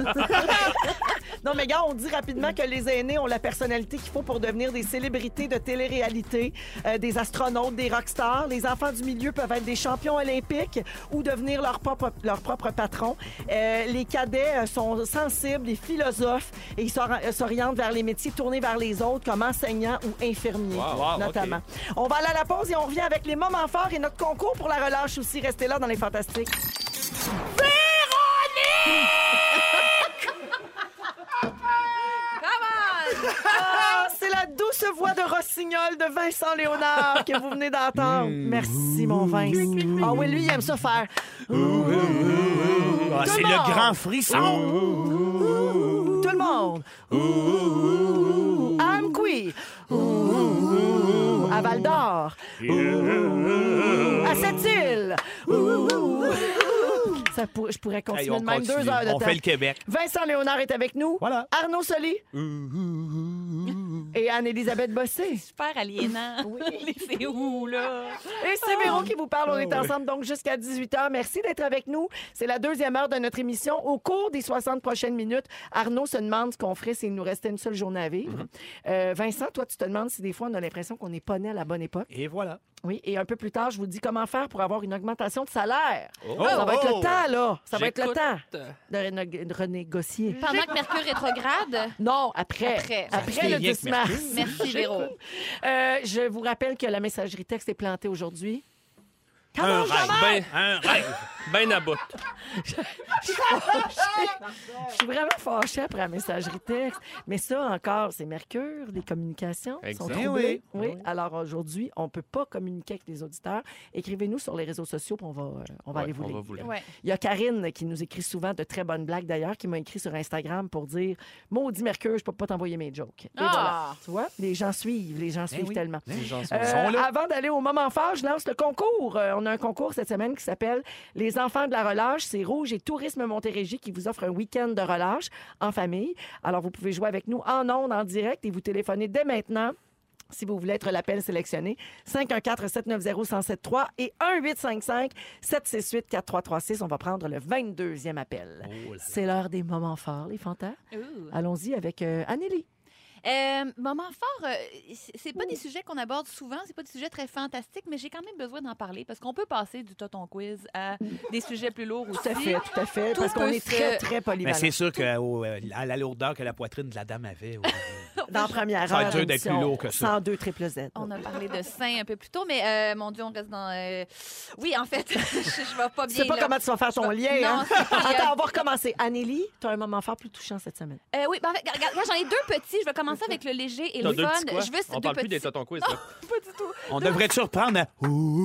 Non, mais gars, on dit rapidement que les aînés ont la personnalité qu'il faut pour devenir des célébrités de télé-réalité, euh, des astronautes, des rockstars. Les enfants du milieu peuvent être des champions olympiques ou devenir leur propre, leur propre patron. Euh, les cadets euh, sont sensibles, les philosophes, et ils s'or- euh, s'orientent vers les métiers tournés vers les autres, comme enseignants ou infirmiers, Wow, wow, notamment. On va aller à la pause et on revient avec les moments forts et notre concours pour la relâche aussi. Restez là dans les Fantastiques. Ah, c'est la douce voix de Rossignol de Vincent Léonard que vous venez d'entendre. Merci, mon Vince. Ah oui, lui, il aime ça faire. Ah, Tout c'est le le monde. grand frisson. Tout le monde. Ouh, Amqui. Ouh, à Val d'Or. Ouh, à Sept-Îles. Ouh. Ça pour- je pourrais Hey, continuer on de même continue. deux heures de On temps. fait le Québec. Vincent Léonard est avec nous. Voilà. Arnaud Soli. Et Anne-Élisabeth Bossé. Super aliénant. C'est où, là? Et c'est Véro qui vous parle. On est ensemble donc jusqu'à dix-huit heures. Merci d'être avec nous. C'est la deuxième heure de notre émission. Au cours des soixante prochaines minutes, Arnaud se demande ce qu'on ferait s'il nous restait une seule journée à vivre. Euh, Vincent, toi, tu te demandes si des fois on a l'impression qu'on n'est pas né à la bonne époque. Et voilà. Oui, et un peu plus tard, je vous dis comment faire pour avoir une augmentation de salaire. Oh. Ça va être Oh! le temps, là. Ça va être le J'écoute. temps de, rené- de renégocier. Pendant que Mercure rétrograde. Non, après. Après. Après Ça le fait rien dix que mars. Merci, Véro. Euh, je vous rappelle que la messagerie texte est plantée aujourd'hui. Un Comment rêve. Ben, Un rêve. ben à bout. Je suis vraiment fâchée après la messagerie texte. Mais ça, encore, c'est Mercure, les communications sont Exact. troublées. Oui. Oui. Alors aujourd'hui, on ne peut pas communiquer avec les auditeurs. Écrivez-nous sur les réseaux sociaux, puis on va, euh, on va Ouais, aller vous on va lire. vous lire. Ouais. Il y a Karine qui nous écrit souvent de très bonnes blagues, d'ailleurs, qui m'a écrit sur Instagram pour dire « Maudit Mercure, je peux pas t'envoyer mes jokes. » Et Ah! voilà. Tu vois, les gens suivent, les gens suivent oui. tellement. Les gens sont Euh, sont là. Avant d'aller au moment fort, je lance le concours. Euh, on a un concours cette semaine qui s'appelle Les enfants de la relâche. C'est Rouge et Tourisme Montérégie qui vous offre un week-end de relâche en famille. Alors, vous pouvez jouer avec nous en ondes, en direct et vous téléphoner dès maintenant. Si vous voulez être l'appel sélectionné, cinq un quatre, sept neuf zéro, un zéro sept trois et un huit cinq cinq, sept six huit, quatre trois trois six. On va prendre le vingt-deuxième appel. Oh là là. C'est l'heure des moments forts, les fantas. Ouh. Allons-y avec euh, Anneli. Euh, moment fort, euh, c'est- c'est pas des sujets qu'on aborde souvent, c'est pas des sujets très fantastiques, mais j'ai quand même besoin d'en parler parce qu'on peut passer du Toton Quiz à des sujets plus lourds aussi. Tout à fait, tout à fait, Tout parce qu'on peut est se- très, très Mais polyvalent. c'est sûr qu'à la lourdeur que la poitrine de la dame avait. ouais. Dans la première Ça va heure, être dur d'être plus émission lourd que ça. cent deux triple Z. On a parlé de seins un peu plus tôt, mais euh, mon Dieu, on reste dans. euh, Oui, en fait, je, je vais pas Tu bien. sais pas là. comment tu vas faire ton lien, Non, hein? c'est pas bien. Attends, on va recommencer. Anneli, tu as un moment fort plus touchant cette semaine. Euh, oui, ben, en fait, regarde, regarde, j'en ai deux petits. Je vais commencer avec le léger et T'as le deux fun. petits quoi? Je veux On deux parle plus petits. des totons quiz, là. Pas du tout. On devrait-tu reprendre à...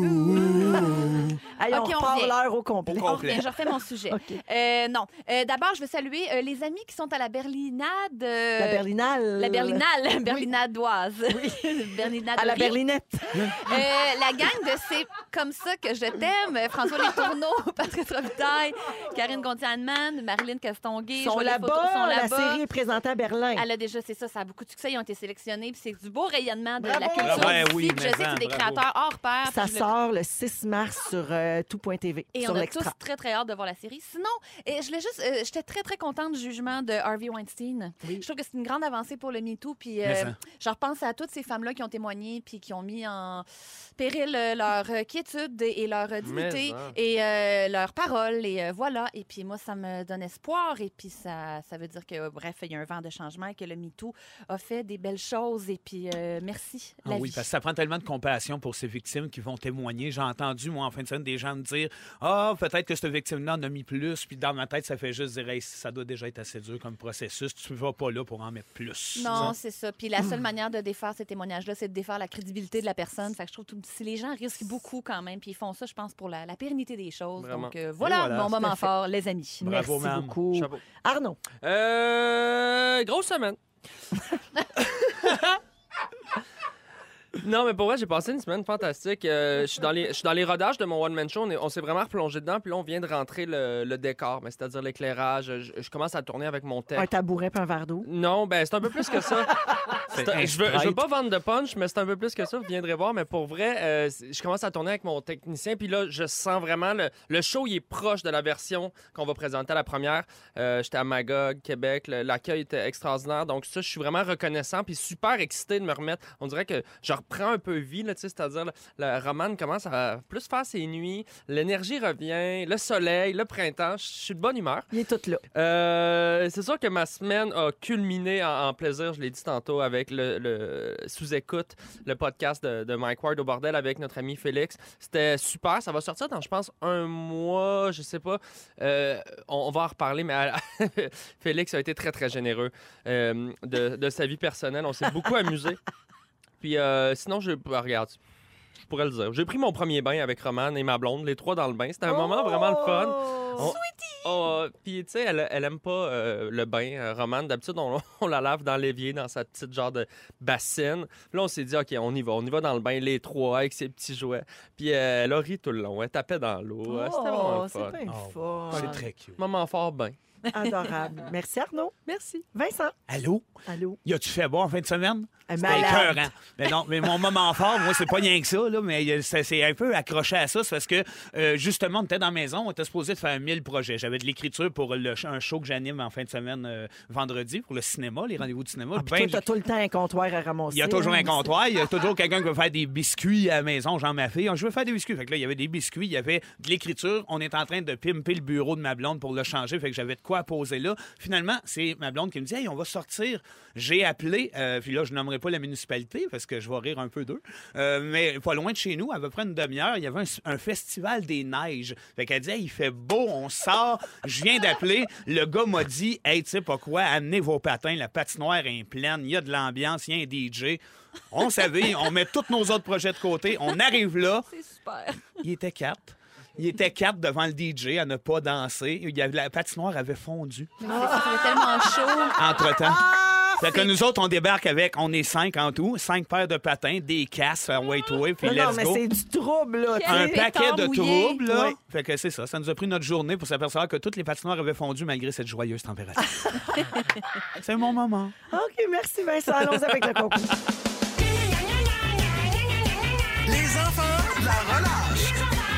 Allez, on Ok, on repart revient. l'heure au complet. Au On complet. revient, je refais mon sujet. OK. Euh, non. Euh, D'abord, je veux saluer euh, les amis qui sont à la Berlinade. euh, La Berlinale. La Berlinale, la Berlinadoise. Berlinade À la de Rire. Berlinette. Euh, la gang de C'est comme ça que je t'aime. euh, François Letourneau, Patrice Robitaille, Karine Gontier-Hanneman, Marilyn Castonguay. Ils je sont vois les photos, là-bas. sont La là-bas. série est présentée à Berlin. Elle a déjà, c'est ça, ça a beaucoup de succès. Ils ont été sélectionnés. Puis c'est du beau rayonnement de Bravo! la culture. Bravo! Ouais, d'ici. oui, Puis je mais sais que c'est des bravo. créateurs hors pair. Ça puis je le- sort le six mars sur euh, tout point T V, Et sur on a l'extra. tous très, très hâte de voir la série. Sinon, euh, je voulais juste, euh, j'étais très, très contente du jugement de Harvey Weinstein. Je trouve que c'est une grande avancée pour le MeToo. Puis, euh, Mais ça. je repense à toutes ces femmes-là qui ont témoigné puis qui ont mis en péril euh, leur euh, quiétude et leur euh, dignité Mais, hein. et euh, leurs paroles. Et euh, voilà. Et puis, moi, ça me donne espoir. Et puis, ça, ça veut dire que, euh, bref, il y a un vent de changement et que le MeToo a fait des belles choses. Et puis, euh, merci, Ah la oui, vie. parce que ça prend tellement de compassion pour ces victimes qui vont témoigner. J'ai entendu, moi, en fin de semaine, des gens me dire « Ah, peut-être que cette victime-là en a mis plus. » Puis dans ma tête, ça fait juste dire hey, « Ça doit déjà être assez dur comme processus. Tu ne vas pas là pour en mettre plus. » Non, c'est ça. Puis la seule manière de défaire ces témoignages-là, c'est de défaire la crédibilité de la personne. Fait que je trouve que si les gens risquent beaucoup quand même, puis ils font ça, je pense, pour la, la pérennité des choses. Vraiment. Donc euh, voilà, voilà, mon tout à moment fait. fort, les amis. Bravo, Merci ma'am. beaucoup. Chapeau. Arnaud. Euh. Grosse semaine. Non, mais pour vrai, j'ai passé une semaine fantastique. Euh, je suis dans les, je suis dans les rodages de mon one-man show. On, est- on s'est vraiment replongé dedans. Puis là, on vient de rentrer le, le décor, mais c'est-à-dire l'éclairage. Je, je commence à tourner avec mon texte. Un tabouret puis un verre d'eau. Non, ben c'est un peu plus que ça. C'est C'est un- un je, veux, je veux Sprite. pas vendre de punch, mais c'est un peu plus que ça. Vous viendrez voir. Mais pour vrai, euh, c'est- je commence à tourner avec mon technicien. Puis là, je sens vraiment le, le show, il est proche de la version qu'on va présenter à la première. Euh, J'étais à Magog, Québec. Le- L'accueil était extraordinaire. Donc ça, je suis vraiment reconnaissant. Puis super excité de me remettre. On dirait que je reprend un peu vie, là, tu sais, c'est-à-dire la, la romane commence à plus faire ses nuits, l'énergie revient, le soleil, le printemps, je suis de bonne humeur. Il est tout là. Euh, c'est sûr que ma semaine a culminé en, en plaisir, je l'ai dit tantôt, avec le, le sous-écoute, le podcast de, de Mike Ward au bordel avec notre ami Félix. C'était super, ça va sortir dans, je pense, un mois, je sais pas. Euh, on, on va en reparler, mais Félix a été très, très généreux euh, de, de sa vie personnelle. On s'est beaucoup amusé. Puis euh, sinon, je bah, regarde, je pourrais le dire. J'ai pris mon premier bain avec Romane et ma blonde, les trois dans le bain. C'était un oh! moment vraiment le fun. On... Sweetie! Oh, puis, tu sais, elle, elle aime pas euh, le bain, euh, Romane. D'habitude, on, on la lave dans l'évier, dans sa petite genre de bassine. Là, on s'est dit, OK, on y va. On y va dans le bain, les trois, avec ses petits jouets. Puis, euh, elle a ri tout le long. Elle tapait dans l'eau. Oh, C'était vraiment le fun. C'est bien Oh, fun. c'est très cute. Moment fort bain. Adorable. Merci, Arnaud. Merci. Vincent. Allô? Allô? Y a-tu fait beau en fin de semaine? C'était Malade. écœurant. Mais non, mais mon moment fort, moi, c'est pas rien que ça, là, mais c'est, c'est un peu accroché à ça. C'est parce que, euh, justement, on était dans la maison, on était supposé de faire mille projets. J'avais de l'écriture pour le, un show que j'anime en fin de semaine euh, vendredi pour le cinéma, les rendez-vous de cinéma. Ah, puis toi, t'as tout le temps un comptoir à ramasser. Il y a toujours hein, un comptoir, il y a toujours quelqu'un qui veut faire des biscuits à la maison, genre ma fille. Je veux faire des biscuits. Fait que là, il y avait des biscuits, il y avait de l'écriture. On est en train de pimper le bureau de ma blonde pour le changer. Fait que j'avais de quoi poser là. Finalement, c'est ma blonde qui me dit, hey, on va sortir. J'ai appelé, euh, puis là, je nommerai pas la municipalité parce que je vais rire un peu d'eux, euh, mais pas loin de chez nous, à peu près une demi-heure, il y avait un, un festival des neiges. Fait qu'elle dit, hey, il fait beau, on sort. Je viens d'appeler. Le gars m'a dit, hey, tu sais pas quoi, amenez vos patins, la patinoire est pleine, il y a de l'ambiance, il y a un D J. On savait, on met tous nos autres projets de côté, on arrive là. C'est super. Il était quatre. Il était quatre devant le D J à ne pas danser. Il y avait, la patinoire avait fondu. Mais c'est ça, c'était tellement chaud. Entre-temps. Ah, Fait que nous autres, on débarque avec, on est cinq en tout, cinq paires de patins, des casses, un wait-way, puis Non, let's non, mais go. c'est du trouble, là. Quel Un Des paquet de pétards mouillés. troubles, là. Ouais. Fait que c'est ça. Ça nous a pris notre journée pour s'apercevoir que toutes les patinoires avaient fondu malgré cette joyeuse température. C'est mon moment. OK, merci, Vincent. Allons avec le concours. Les enfants de la relâche.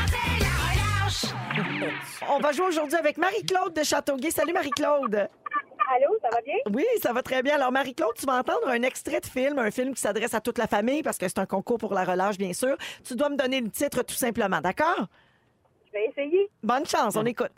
On va jouer aujourd'hui avec Marie-Claude de Châteauguay. Salut, Marie-Claude. Allô, ça va bien? Oui, ça va très bien. Alors, Marie-Claude, tu vas entendre un extrait de film, un film qui s'adresse à toute la famille parce que c'est un concours pour la relâche, bien sûr. Tu dois me donner le titre tout simplement, d'accord? Je vais essayer. Bonne chance, on écoute.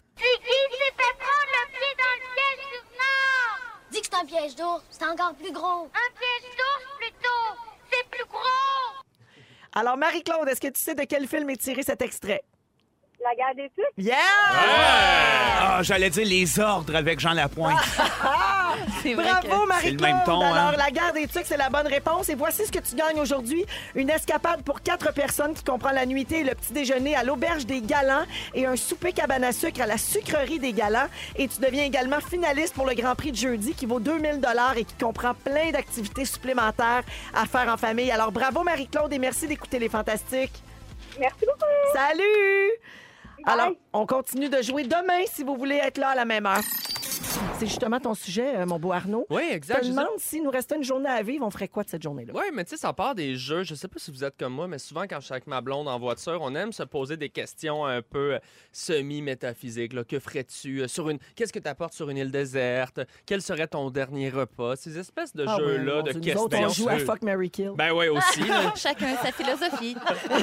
Dis que c'est un piège d'ours, c'est encore plus gros. Un piège d'ours plutôt, c'est plus gros. Alors, Marie-Claude, est-ce que tu sais de quel film est tiré cet extrait? La guerre des tucs? Yeah! Ah, j'allais dire les ordres avec Jean Lapointe. C'est vrai Bravo, que- C'est le Marie-Claude! même ton, hein? Alors, la guerre des tucs, c'est la bonne réponse. Et voici ce que tu gagnes aujourd'hui. Une escapade pour quatre personnes qui comprend la nuitée et le petit déjeuner à l'Auberge des Galants et un souper cabane à sucre à la sucrerie des Galants. Et tu deviens également finaliste pour le Grand Prix de jeudi qui vaut deux mille dollars et qui comprend plein d'activités supplémentaires à faire en famille. Alors, bravo, Marie-Claude, et merci d'écouter Les Fantastiques. Merci beaucoup. Salut! Bye. Alors, on continue de jouer demain si vous voulez être là à la même heure. C'est justement ton sujet, euh, mon beau Arnaud. Oui, Je exact. te je sais- demande s'il nous restait une journée à vivre, on ferait quoi de cette journée-là? Oui, mais tu sais, ça part des jeux. Je sais pas si vous êtes comme moi, mais souvent, quand je suis avec ma blonde en voiture, on aime se poser des questions un peu euh, semi-métaphysiques. là. Que ferais-tu euh, sur une... Qu'est-ce que tu apportes sur une île déserte? Quel serait ton dernier repas? Ces espèces de Ah oui, jeux-là, mon de Dieu, questions. Nous autres, on joue à sur- Fuck, Marry, Kill. Ben oui, aussi. là. Chacun sa philosophie.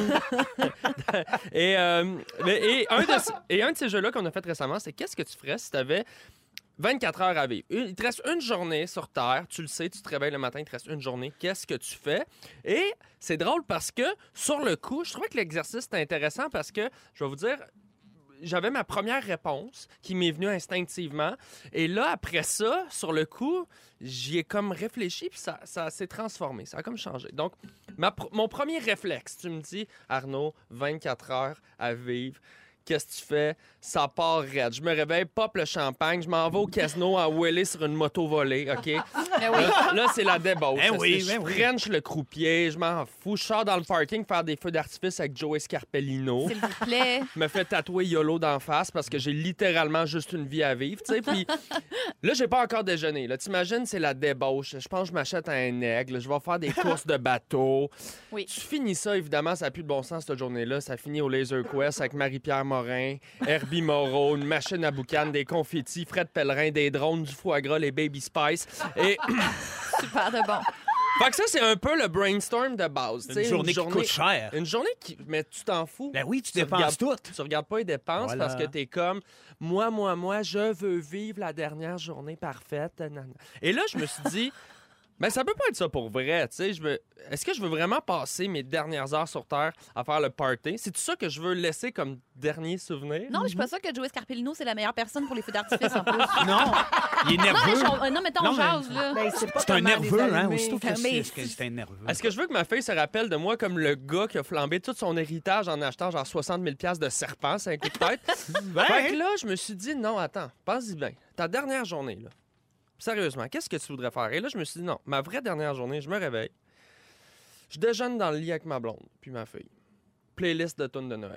Et, euh, mais- et, un de, ce- et un de ces jeux-là qu'on a fait récemment, c'est qu'est-ce que tu ferais si tu avais vingt-quatre heures à vivre? Une- Il te reste une journée sur Terre, tu le sais, tu te réveilles le matin, il te reste une journée. Qu'est-ce que tu fais? Et c'est drôle parce que, sur le coup, je trouvais que l'exercice était intéressant parce que, je vais vous dire, j'avais ma première réponse qui m'est venue instinctivement. Et là, après ça, sur le coup, j'y ai comme réfléchi, puis ça, ça s'est transformé. Ça a comme changé. Donc, ma pr- mon premier réflexe, tu me dis, Arnaud, vingt-quatre heures à vivre. Qu'est-ce que tu fais? Ça part raide. Je me réveille, pop le champagne, je m'en vais au casino à wheeler sur une moto volée, OK? Là, là, c'est la débauche. Ben oui, je ben oui. french le croupier, je m'en fous. Je sors dans le parking faire des feux d'artifice avec Joey Scarpellino. S'il vous plaît. Me fait tatouer YOLO d'en face parce que j'ai littéralement juste une vie à vivre, tu sais. Puis là, j'ai pas encore déjeuné. Là, t'imagines, c'est la débauche. Je pense que je m'achète un aigle. Je vais faire des courses de bateau. Oui. Tu finis ça, évidemment, ça n'a plus de bon sens cette journée-là. Ça finit au Laser Quest avec Marie-Pierre Morin, Herbie Moreau, une machine à boucan, des confettis, Fred Pellerin, des drones, du foie gras, les Baby Spice. Et Super de bon. Fait que ça, c'est un peu le brainstorm de base. Une t'sais, journée qui coûte cher. Une journée qui... Mais tu t'en fous. Ben oui, tu, Tu dépenses regardes- tout. Tu regardes pas les dépenses Voilà. parce que t'es comme moi, moi, moi, je veux vivre la dernière journée parfaite. nanana. Et là, je me suis dit, ben ça peut pas être ça pour vrai. Tu sais, je veux... Est-ce que je veux vraiment passer mes dernières heures sur Terre à faire le party? C'est tout ça que je veux laisser comme dernier souvenir? Non, mais je suis pas sûre que Joey Scarpellino, c'est la meilleure personne pour les feux d'artifice en plus. Non, il est Non, mais, nerveux. je- non, mettons, Non, mais- jase, là. Ben, c'est pas C'est un comment les nerveux, hein? allumer. Aussitôt que Mais- c'est c'est un nerveux. Est-ce que je veux que ma fille se rappelle de moi comme le gars qui a flambé tout son héritage en achetant genre soixante mille dollars de serpent, c'est un coup de tête? Ben, Fait que là, je me suis dit, non, attends, pense-y bien. Ta dernière journée, là, sérieusement, qu'est-ce que tu voudrais faire? Et là, je me suis dit, non, ma vraie dernière journée, je me réveille. Je déjeune dans le lit avec ma blonde, puis ma fille. Playlist de tunes de Noël.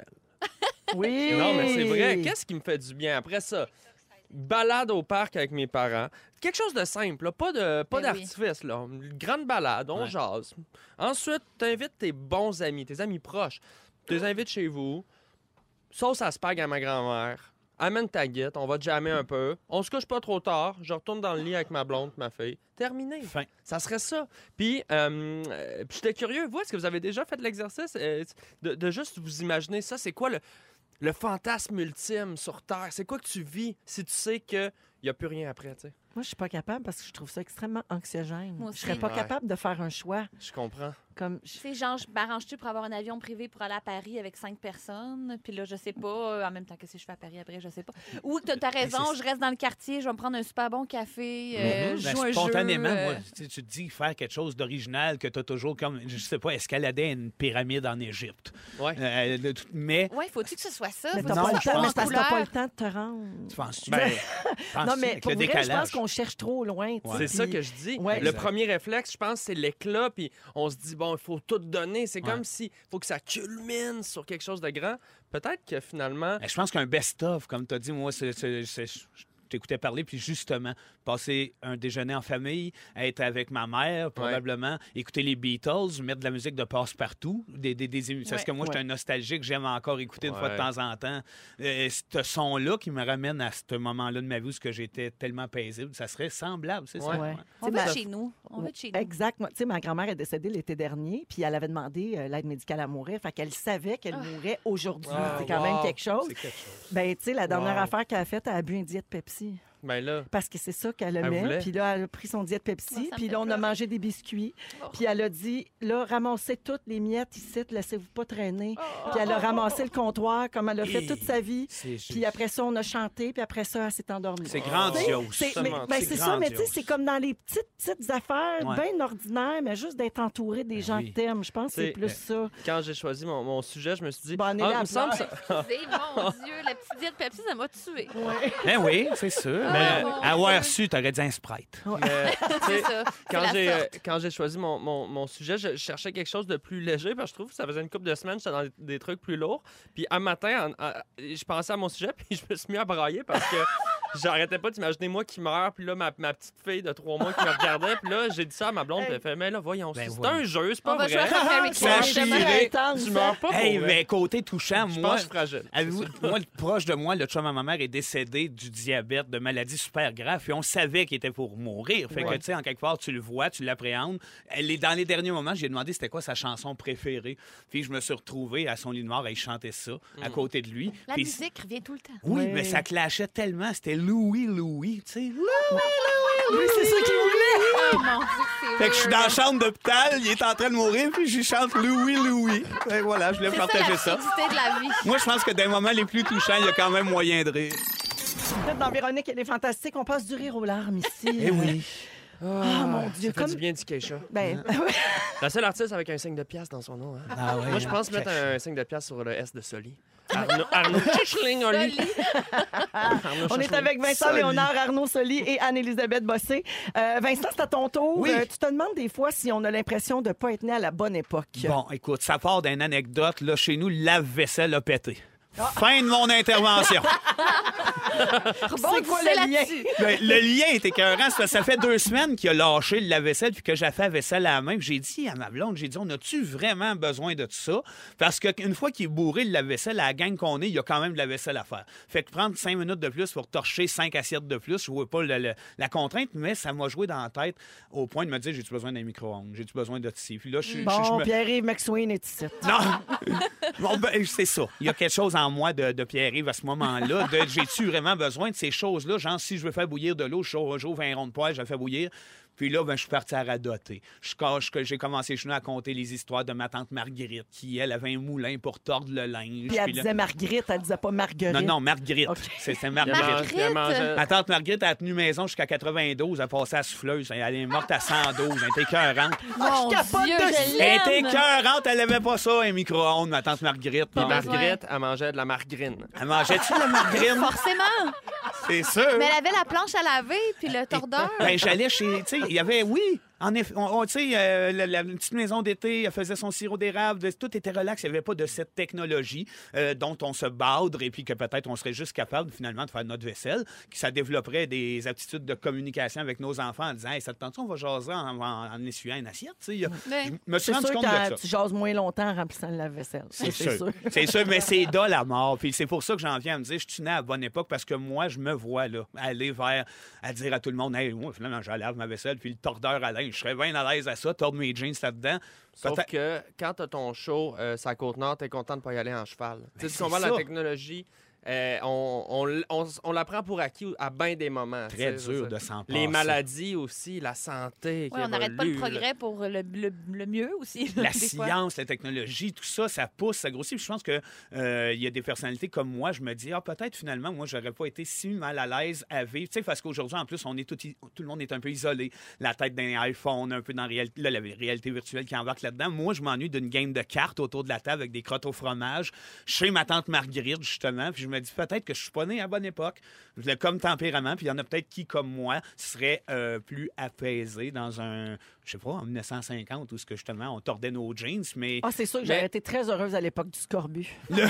Oui. Non, mais c'est vrai. Qu'est-ce qui me fait du bien après ça? Balade au parc avec mes parents. Quelque chose de simple, là. Pas de pas Ben oui. d'artifice. Là. Une grande balade, on Ouais. jase. Ensuite, t'invites tes bons amis, tes amis proches. Tu les invites chez vous. Sauce à spag à ma grand-mère. Amène ta guite, on va jammer un peu. On se couche pas trop tard. Je retourne dans le lit avec ma blonde, ma fille. Terminé. Fin. Ça serait ça. Puis, euh, euh, puis j'étais curieux. Vous, est-ce que vous avez déjà fait l'exercice euh, de, de juste vous imaginer ça? C'est quoi le, le fantasme ultime sur Terre? C'est quoi que tu vis si tu sais qu'il n'y a plus rien après, tu sais? Moi, je suis pas capable parce que je trouve ça extrêmement anxiogène. Moi Je serais aussi. pas Ouais. capable de faire un choix. Je comprends. Comme... Tu sais, genre, je m'arrange-tu pour avoir un avion privé pour aller à Paris avec cinq personnes? Puis là, je sais pas, euh, en même temps, qu'est-ce que je fais à Paris après, je sais pas. Ou t'as as raison, Ben, c'est- je reste dans le quartier, je vais me prendre un super bon café, euh, Mhm. je Ben, joue un spontanément, jeu. euh, moi, tu sais, tu te dis faire quelque chose d'original que tu as toujours comme, je sais pas, escalader une pyramide en Égypte. Ouais. Euh, de- mais, Ouais, faut-tu que ce soit ça? Mais Faut-tu t'as Non, pas, que le ce soit temps, mais en c'est parce que t'as pas couleur? le temps de te rendre. tu penses-tu? Ben, penses-tu, Non, mais avec pour le vrai, je pense décalage? qu'on cherche trop loin. tu sais, C'est ça puis- que je dis. Ouais. Le Exact. premier réflexe, je pense, c'est l'éclat, puis on se dit, bon, il faut tout donner. C'est Ouais. comme si faut que ça culmine sur quelque chose de grand. Peut-être que finalement... Ben, je pense qu'un best-of, comme tu as dit, moi, c'est, c'est- c'est- je t'écoutais parler, puis justement, passer un déjeuner en famille, être avec ma mère, probablement, écouter les Beatles, mettre de la musique de passe-partout, des, des, des ému- parce que moi, je suis Ouais. un nostalgique, j'aime encore écouter une fois de Ouais. temps en temps. Euh, ce son-là qui me ramène à ce moment-là de ma vie où ce que j'étais tellement paisible, ça serait semblable, c'est Ouais. ça? Ouais. Ouais. On Tu veut sais, être ma- chez nous. On veut être chez nous. Exact. Moi, tu sais, ma grand-mère est décédée l'été dernier, puis elle avait demandé euh, l'aide médicale à mourir. Fait qu'elle savait qu'elle mourrait aujourd'hui. Ah, c'est quand wow. même quelque chose. C'est quelque chose. Ben, tu sais, la dernière Wow. affaire qu'elle a faite, elle a bu un diète Pepsi. Ben là, Parce que c'est ça qu'elle Elle aimait. voulait. Puis là, elle a pris son diète Ouais, Pepsi. ça me Puis fait là, on a pleurer. mangé des biscuits. Oh. Puis elle a dit, là, ramassez toutes les miettes ici, laissez-vous pas traîner. Oh. Puis elle a ramassé le comptoir comme elle a fait Et- toute sa vie. C'est, Puis après ça, on a chanté. Puis après ça, elle s'est endormie. c'est grandiose. C'est, Ça mais- mentit. ben, C'est c'est ça, mais tu sais, grandiose. c'est comme dans les petites, petites affaires Ouais. bien ordinaires, mais juste d'être entouré des Ben gens oui. que t'aimes. Je pense que c'est C'est- plus ça. quand j'ai choisi mon, mon sujet, je me suis dit, Bon, on est ah, là il à me semble pleurer. ça... Excusez, mon Dieu, la petite diète Pepsi, ça m'a tué. Ben oui, c'est sûr. Ah, Mais mon avoir Dieu. su, t'aurais dit un Sprite. Mais, tu sais, C'est ça. C'est quand la j'ai euh, sorte. quand j'ai choisi mon, mon, mon sujet, je cherchais quelque chose de plus léger parce que je trouve que ça faisait une couple de semaines, j'étais dans des, des trucs plus lourds. Puis un matin, en- en- je pensais à mon sujet, puis je me suis mis à brailler parce que j'arrêtais pas d'imaginer moi qui meurs, puis là, ma, ma petite fille de trois mois qui me regardait, puis là, j'ai dit ça à ma blonde, puis elle fait, mais là, voyons, Ben c'est voyons. un jeu, c'est On pas va vrai. jouer à Fairy Ça a Clan. chiré. Tu meurs pas pour Hey, vrai. mais côté touchant, Je moi, pense que je suis fragile. avez-vous- moi, le proche de moi, le chum à ma mère est décédé du diabète, de maladie super grave, et on savait qu'il était pour mourir. Fait que, Ouais. tu sais, en quelque part, tu le vois, tu l'appréhendes. Elle est dans les derniers moments, j'ai demandé c'était quoi sa chanson préférée. Puis je me suis retrouvé à son lit de mort, elle chantait ça à côté de lui. La Puis- musique revient tout le temps. Oui, Ouais. mais ça clashait tellement. C'était Louis, Louis, tu sais. Louis, Oui, c'est ça qu'il voulait. Oh mon Dieu, c'est Fait que je suis dans la chambre d'hôpital, il est en train de mourir, puis j'y chante Louis, Louis. Fait que voilà, je voulais C'est ça, partager ça. l'absurdité de la vie. Moi, je pense que dans les moments les plus touchants, il y a quand même moyen de rire. Vous êtes dans Véronique, elle est fantastique. On passe du rire aux larmes ici. Eh oui. Ah, mon Dieu. Ça fait Comme... du bien du Keisha. Ben, La seule artiste avec un signe de pièce dans son nom. Hein? Ah ouais. Moi, je pense mettre un signe de pièce sur le S de Soli. Arnaud, Arnaud Chichling, Oli. Soli. Arnaud on est Chichling. avec Vincent Soli. Léonard, Arnaud Soli et Anne-Élisabeth Bossé. Euh, Vincent, c'est à ton tour. Oui. Euh, tu te demandes des fois si on a l'impression de ne pas être né à la bonne époque. Bon, écoute, ça part d'une anecdote. Là, chez nous, le lave-vaisselle a pété. Fin de mon intervention. C'est quoi le lien? Le, le lien est écœurant. C'est parce que ça fait deux semaines qu'il a lâché le lave-vaisselle puis que j'ai fait la vaisselle à la main. Puis j'ai dit à ma blonde, j'ai dit, on a-tu vraiment besoin de tout ça? Parce qu'une fois qu'il est bourré le lave-vaisselle, à la gang qu'on est, il y a quand même de la vaisselle à faire. Fait que prendre cinq minutes de plus pour torcher cinq assiettes de plus, je ne vois pas le, le, la contrainte, mais ça m'a joué dans la tête au point de me dire, j'ai-tu besoin d'un micro-ondes? J'ai-tu besoin de ci? Puis là, je, Bon, je, je me... Pierre-Yves McSween est ici. Non! Bon, ben, c'est ça. Il y a quelque chose en moi de, de Pierre-Yves à ce moment-là. De, j'ai-tu vraiment besoin de ces choses-là? Genre, si je veux faire bouillir de l'eau, j'ouvre un rond de poêle, je le fais bouillir. Puis là, ben, je suis parti à radoter. Je, je, j'ai commencé chez nous à compter les histoires de ma tante Marguerite, qui, elle, avait un moulin pour tordre le linge. Puis elle puis là... disait Marguerite, elle disait pas Marguerite. Non, non, Marguerite. Okay. C'est, c'est Marguerite. Marguerite. Ma tante Marguerite a tenu maison jusqu'à quatre-vingt-douze. Elle passait à souffleuse. Elle est morte à cent douze. Elle était écœurante. Mon Dieu, je Elle l'aime. était écœurante. Elle n'avait pas ça, un micro-ondes, ma tante Marguerite. Puis Non. Marguerite, elle mangeait de la margarine. Elle mangeait-tu de la margarine? Forcément. C'est sûr. Mais elle avait la planche à laver puis le tordeur. Ben, j'allais chez. Tu sais, il y avait, oui. En effet, on, on, tu sais, euh, la, la petite maison d'été, elle faisait son sirop d'érable, tout était relax. Il n'y avait pas de cette technologie euh, dont on se bardre et puis que peut-être on serait juste capable finalement de faire notre vaisselle, que ça développerait des aptitudes de communication avec nos enfants en disant, hey, ça te tente, on va jaser en, en, en essuyant une assiette. Tu sais, Mais... Je me suis C'est rendu sûr compte de ça. que tu jases moins longtemps en remplissant le lave-vaisselle. C'est, c'est sûr. sûr. C'est sûr, mais c'est dole à mort. Puis c'est pour ça que j'en viens à me dire, je suis né à la bonne époque parce que moi, je me vois là, aller vers, à dire à tout le monde, hey, moi, finalement, je lave ma vaisselle, puis le tordeur à linge, je serais bien à l'aise à ça, tordre mes jeans là-dedans. Sauf Peut-être... que quand t'as ton show, euh, sur la Côte-Nord, t'es content de pas y aller en cheval. Tu sais, c'est comprends ça. la technologie, euh, on, on, on, on la prend pour acquis à bien des moments. Très tu sais, dur ça. de s'en passer. Les maladies aussi, la santé qui Ouais, on n'arrête pas le évolue, progrès pour le, le, le mieux aussi. La des fois. science, la technologie, tout ça, ça pousse, ça grossit. Puis je pense qu'il euh, y a des personnalités comme moi, je me dis, ah, peut-être finalement, moi, j'aurais pas été si mal à l'aise à vivre. Tu sais, parce qu'aujourd'hui, en plus, on est tout, tout le monde est un peu isolé. La tête d'un iPhone, un peu dans la réalité, là, la réalité virtuelle qui embarque là-dedans. Moi, je m'ennuie d'une game de cartes autour de la table avec des crottes au fromage chez ma tante Marguerite, justement. Puis je me dis, peut-être que je suis pas né à la bonne époque. Je l'ai comme tempérament. Puis il y en a peut-être qui, comme moi, serait euh, plus apaisé dans un, je sais pas, en dix-neuf cent cinquante, où ce que justement, on tordait nos jeans, mais... Ah, c'est sûr que Mais- j'aurais été très heureuse à l'époque du scorbut.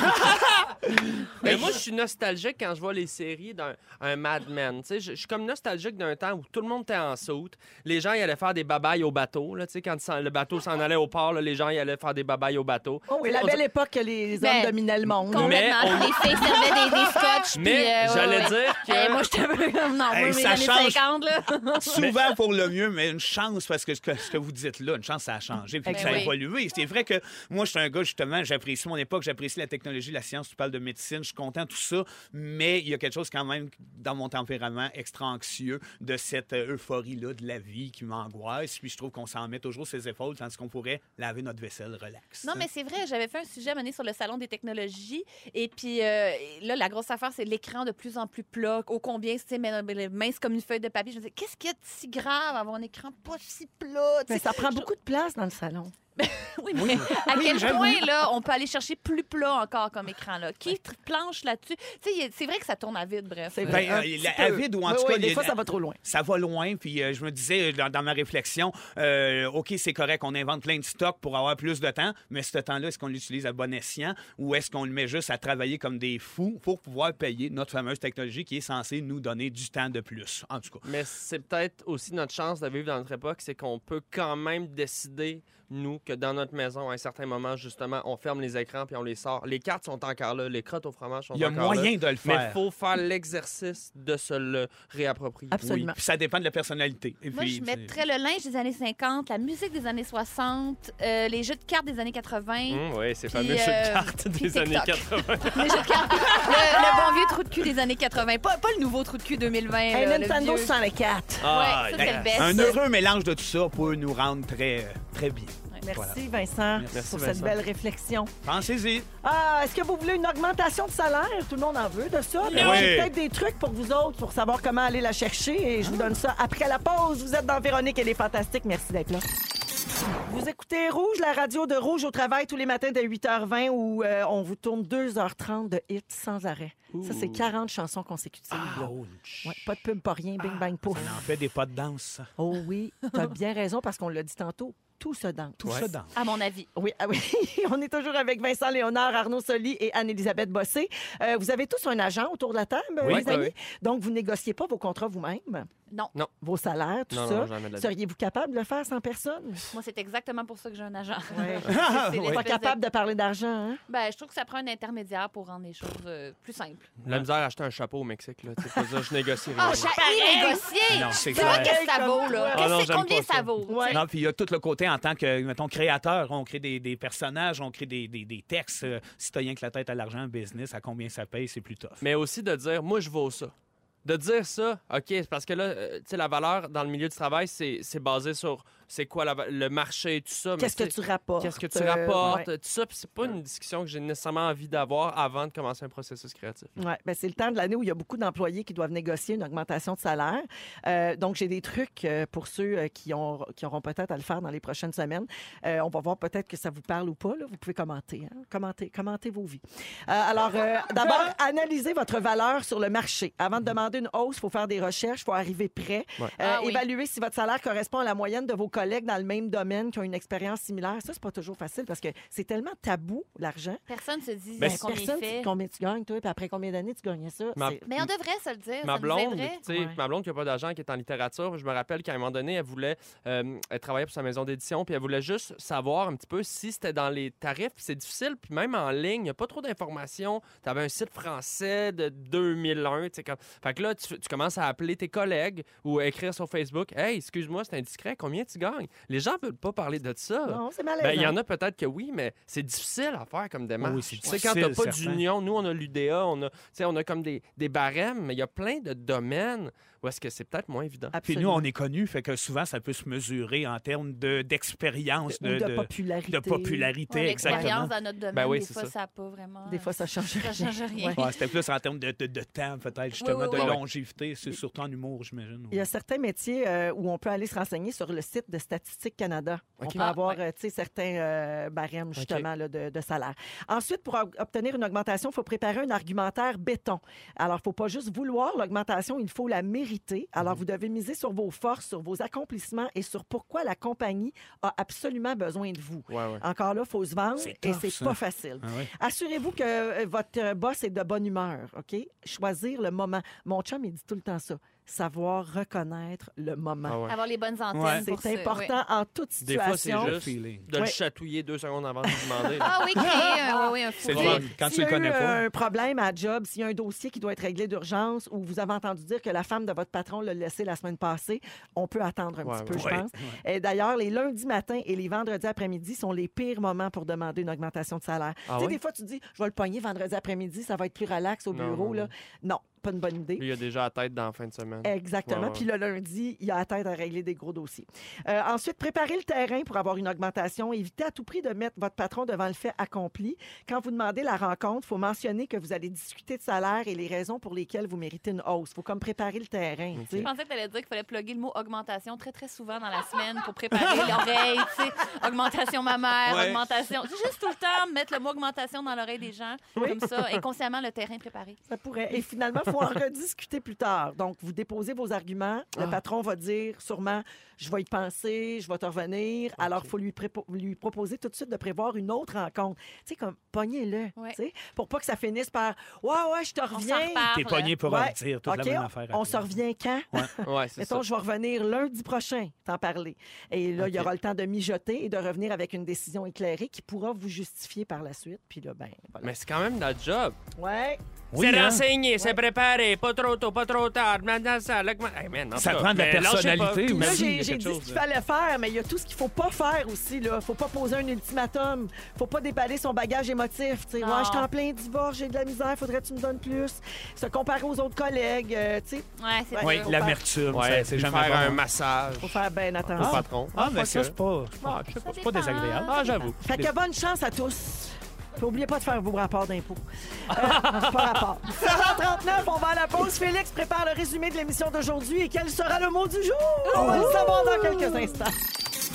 Mais moi, je suis nostalgique quand je vois les séries d'un un Mad Men. Tu sais, Je je suis comme nostalgique d'un temps où tout le monde était en soute. Les gens, ils allaient faire des babayes au bateau. Là, tu sais, quand s'en- le bateau s'en allait au port, là, les gens, ils allaient faire des babayes au bateau. Oh oui, la On- belle époque que les hommes Ben, dominaient le monde. Complètement. Mais on- Les filles servaient des, des scotch. Mais puis, euh, j'allais ouais, ouais. dire que... Eh, moi, j'étais un peu comme, non, Hey, moi, mes ça années change. cinquante, là. Souvent pour le mieux, mais une chance, parce que ce que, ce que vous dites là, une chance, ça a changé, puis que Ben ça a oui. évolué. C'est vrai que moi, je suis un gars, justement, j'apprécie mon époque, j'apprécie la technologie, la science, tu parles de médecine, je suis content, tout ça, mais il y a quelque chose quand même dans mon tempérament extra anxieux de cette euh, euphorie-là de la vie qui m'angoisse, puis je trouve qu'on s'en met toujours ses épaules, tandis qu'on pourrait laver notre vaisselle relax. Non, mais c'est vrai, j'avais fait un sujet à un moment donné sur le salon des technologies. Et puis euh, là, la grosse affaire, c'est l'écran de plus en plus plat. Ô combien c'est mince comme une feuille de papier. Je me disais, qu'est-ce qu'il y a de si grave à avoir un écran pas si plat? Tu Mais sais, ça prend je- beaucoup de place dans le salon. Oui, mais à Oui, quel j'avoue. point, là, on peut aller chercher plus plat encore comme écran, là? Qui tr- planche là-dessus? Tu sais, il y a- c'est vrai que ça tourne à vide, bref. C'est Euh, vrai. Ben, Un euh, petit la- peu. à vide ou en Oui, tout oui, cas, des les- fois, ça va trop loin. Ça va loin, puis euh, je me disais dans, dans ma réflexion, euh, OK, c'est correct, on invente plein de stocks pour avoir plus de temps, mais ce temps-là, est-ce qu'on l'utilise à bon escient ou est-ce qu'on le met juste à travailler comme des fous pour pouvoir payer notre fameuse technologie qui est censée nous donner du temps de plus, en tout cas. Mais c'est peut-être aussi notre chance de vivre dans notre époque, c'est qu'on peut quand même décider, nous, que dans notre maison, à un certain moment, justement, on ferme les écrans puis on les sort. Les cartes sont encore là, les crottes au fromage sont Il y a encore là. moyen de le Mais faire. il faut faire l'exercice de se le réapproprier. Absolument. Oui, puis ça dépend de la personnalité. Et Moi, puis, je c'est- mettrais le linge des années cinquante, la musique des années soixante, euh, les jeux de cartes des années quatre-vingts. oui, c'est Puis, fameux jeu euh, de cartes puis des années TikTok. quatre-vingts. Les jeux de cartes. Le, le bon vieux trou de cul des années quatre-vingts. Pas, pas le nouveau trou de cul deux mille vingt. Hey, là, le Nintendo vieux. soixante-quatre. Ah, Ouais, ça, c'est yes. le best. un heureux mélange de tout ça peut nous rendre très, très bien. Merci, Vincent, Merci, pour Vincent. cette belle réflexion. Pensez-y. Ah, est-ce que vous voulez une augmentation de salaire? Tout le monde en veut de ça. Ben, Oui. J'ai peut-être des trucs pour vous autres pour savoir comment aller la chercher et je vous donne ça après la pause. Vous êtes dans Véronique, elle est fantastique. Merci d'être là. Vous écoutez Rouge, la radio de Rouge au travail tous les matins de huit heures vingt où euh, on vous tourne deux heures trente de hits sans arrêt. Ça, c'est quarante chansons consécutives. là. Ouch. Ouais, pas de pub, pas rien, bing bang pouf. Ça en fait des pas de danse, ça. Oh oui, t'as bien raison parce qu'on l'a dit tantôt. tout se danse. Tout Ouais. ça dans. À mon avis. Oui, ah oui. On est toujours avec Vincent Léonard, Arnaud Soli et Anne-Élisabeth Bossé. Euh, vous avez tous un agent autour de la table, Oui, les oui, amis? oui. Donc, vous négociez pas vos contrats vous-même? Non. Non. Vos salaires, tout Non, ça? non, jamais de la vie. Seriez-vous capable de le faire sans personne? Moi, c'est exactement pour ça que j'ai un agent. Ouais. C'est Pas l'espèce capable de parler d'argent, hein? Ben, je trouve que ça prend un intermédiaire pour rendre les choses euh, plus simples. La misère à acheter un chapeau au Mexique, là. Tu sais, pas ça, je négocie rien. Ah, j'ai négocié! Non, c'est Tu vois clair. qu'est-ce que ça vaut, là? Ah Qu'est-ce non, que c'est j'aime combien pas ça. ça vaut? Ouais. Non, puis il y a tout le côté en tant que, mettons, créateur. On crée des, des personnages, on crée des, des, des textes. Euh, si t'as rien que la tête à l'argent, business, à combien ça paye, c'est plus tough. Mais aussi de dire, moi, je vaux ça. De dire ça, OK, c'est parce que là, euh, tu sais, la valeur dans le milieu du travail, c'est c'est basé sur c'est quoi la va- le marché et tout ça. mais Qu'est-ce que tu sais, tu rapportes? Qu'est-ce que tu Euh, rapportes, ouais. tout ça. Puis c'est pas une discussion que j'ai nécessairement envie d'avoir avant de commencer un processus créatif. Ouais, ben c'est le temps de l'année où il y a beaucoup d'employés qui doivent négocier une augmentation de salaire. Euh, donc, j'ai des trucs euh, pour ceux euh, qui, ont, qui auront peut-être à le faire dans les prochaines semaines. Euh, on va voir peut-être que ça vous parle ou pas. Là. Vous pouvez commenter. Hein? Commentez, commentez vos vies. Euh, alors, euh, d'abord, analysez votre valeur sur le marché. Avant de demander une hausse, il faut faire des recherches, il faut arriver prêt. Ouais. Euh, Ah oui. Évaluer si votre salaire correspond à la moyenne de vos collègues dans le même domaine qui ont une expérience similaire. Ça, c'est pas toujours facile parce que c'est tellement tabou, l'argent. Personne se dit Ben, euh, combien Personne il ne fait. sait combien tu gagnes, toi, puis après combien d'années tu gagnais ça. Ma- C'est- Mais on devrait se le dire. Ma ça nous blonde, aiderait. tu sais, Ouais. ma blonde qui n'a pas d'argent, qui est en littérature, je me rappelle qu'à un moment donné, elle voulait, euh, elle travaillait pour sa maison d'édition, puis elle voulait juste savoir un petit peu si c'était dans les tarifs. Puis c'est difficile, puis même en ligne, il n'y a pas trop d'informations. Tu avais un site français de deux mille un, tu sais, comme... Fait que là, tu, tu commences à appeler tes collègues ou à écrire sur Facebook, « Hey, excuse-moi, c'est indiscret, combien tu gagnes? » Les gens ne veulent pas parler de ça. Non, c'est malaisant. Ben, il y en a peut-être que oui, mais c'est difficile à faire comme démarche. Oui, c'est tu sais, quand tu n'as difficile, pas certain. d'union, nous, on a l'U D A, on a, tu sais, on a comme des, des barèmes, mais il y a plein de domaines où est-ce que c'est peut-être moins évident. Puis Absolument. nous, on est connus, fait que souvent, ça peut se mesurer en termes de- d'expérience, Ou de, de de- popularité. de popularité, Ouais, exactement. l'expérience dans notre domaine, Ben oui, des c'est fois, ça. ça n'a pas vraiment... Des fois, ça change Ça rien. change rien. Ouais. Ouais, c'était plus en termes de, de- de temps, peut-être, justement, oui, de oui. longévité. C'est surtout en humour, j'imagine. Il y a certains métiers euh, où on peut aller se renseigner sur le site de Statistique Canada. On OK. peut Ah, avoir ouais. euh, tu sais, certains euh, barèmes, justement, là, de, de salaire. Ensuite, pour ob- obtenir une augmentation, il faut préparer un argumentaire béton. Alors, il ne faut pas juste vouloir l'augmentation, il faut la mériter. Alors, Mhm. vous devez miser sur vos forces, sur vos accomplissements et sur pourquoi la compagnie a absolument besoin de vous. Ouais, ouais. Encore là, il faut se vendre C'est et tough, c'est ça. pas facile. Ah ouais. Assurez-vous que euh, votre euh, boss est de bonne humeur, OK? Choisir le moment. Mon chum, il dit tout le temps ça. Savoir reconnaître le moment. Ah ouais. Avoir les bonnes antennes Ouais. pour C'est ça, important ouais. en toute Des fois, c'est situation. juste Feeling. de le Ouais. chatouiller deux secondes avant de lui demander. là. Ah oui, créer un, oui, oui, un C'est le fourré. fun. Quand tu S'il y le a eu connais pas. un problème à job, s'il y a un dossier qui doit être réglé d'urgence ou vous avez entendu dire que la femme de votre patron l'a laissé la semaine passée, on peut attendre un Ouais, petit peu, ouais. je Ouais. pense. Et d'ailleurs, les lundis matins et les vendredis après-midi sont les pires moments pour demander une augmentation de salaire. Ah tu sais, ouais? des fois, tu dis, je vais le pogner vendredi après-midi, ça va être plus relax au Non, bureau. non, là. non. Non, pas une bonne idée. Lui, il a déjà la tête dans la fin de semaine. Exactement. Ouais, ouais. Puis le lundi, il y a la tête à régler des gros dossiers. Euh, ensuite, préparez le terrain pour avoir une augmentation. Évitez à tout prix de mettre votre patron devant le fait accompli. Quand vous demandez la rencontre, il faut mentionner que vous allez discuter de salaire et les raisons pour lesquelles vous méritez une hausse. Il faut comme préparer le terrain. tu sais. Je pensais que tu allais dire qu'il fallait plugger le mot augmentation très, très souvent dans la semaine pour préparer l'oreille, tu sais. Augmentation mammaire, Ouais. augmentation. C'est juste tout le temps mettre le mot augmentation dans l'oreille des gens, comme ça, inconsciemment, le terrain préparé. Ça pourrait. Et finalement, il faut en rediscuter plus tard. Donc, vous déposez vos arguments. Le Ah. patron va dire sûrement, je vais y penser, je vais te revenir. Alors, il faut lui, prépo- lui proposer tout de suite de prévoir une autre rencontre. Tu sais, comme, pognez-le. Ouais. tu sais, Pour pas que ça finisse par, ouais, ouais, je te On s'en reviens. reparle. T'es pogné pour Ouais. en dire toute OK, la même affaire. on après. se revient quand? Ouais, c'est Mettons, ça. je vais revenir lundi prochain, t'en parler. Et là, il y OK. aura le temps de mijoter et de revenir avec une décision éclairée qui pourra vous justifier par la suite. Puis là, ben, voilà. Mais c'est quand même notre job. Ouais. Oui, c'est hein? renseigné, c'est préparé, pas trop tôt, pas trop tard. Maintenant, ça, l'augment- Hey, man, en Ça tout cas, prend de la mais lâchez pas. personnalité, Tout mais Là, ça, il y j'ai a j'ai quelque dit chose, ce qu'il là. fallait faire, mais il y a tout ce qu'il faut pas faire aussi. Il faut pas poser un ultimatum. faut pas déballer son bagage émotif. Tu sais, Non. ouais, je suis en plein divorce, j'ai de la misère, faudrait que tu me donnes plus. Se comparer aux autres collègues. euh, tu sais, Ouais, c'est Ouais. Oui, dur. l'amertume, Ouais, ça, c'est puis jamais faire un bon. massage faut faire bien au attention. patron. Ah, mais Pas ça, que- c'est pas, c'est pas, je sais pas, c'est pas dépend. désagréable. Ah, j'avoue. Fait que bonne chance à tous. Puis N'oubliez pas de faire vos rapports d'impôts. Euh, pas rapport. sept heures trente-neuf, on va à la pause. Félix prépare le résumé de l'émission d'aujourd'hui. Et quel sera le mot du jour? On va le savoir dans quelques instants.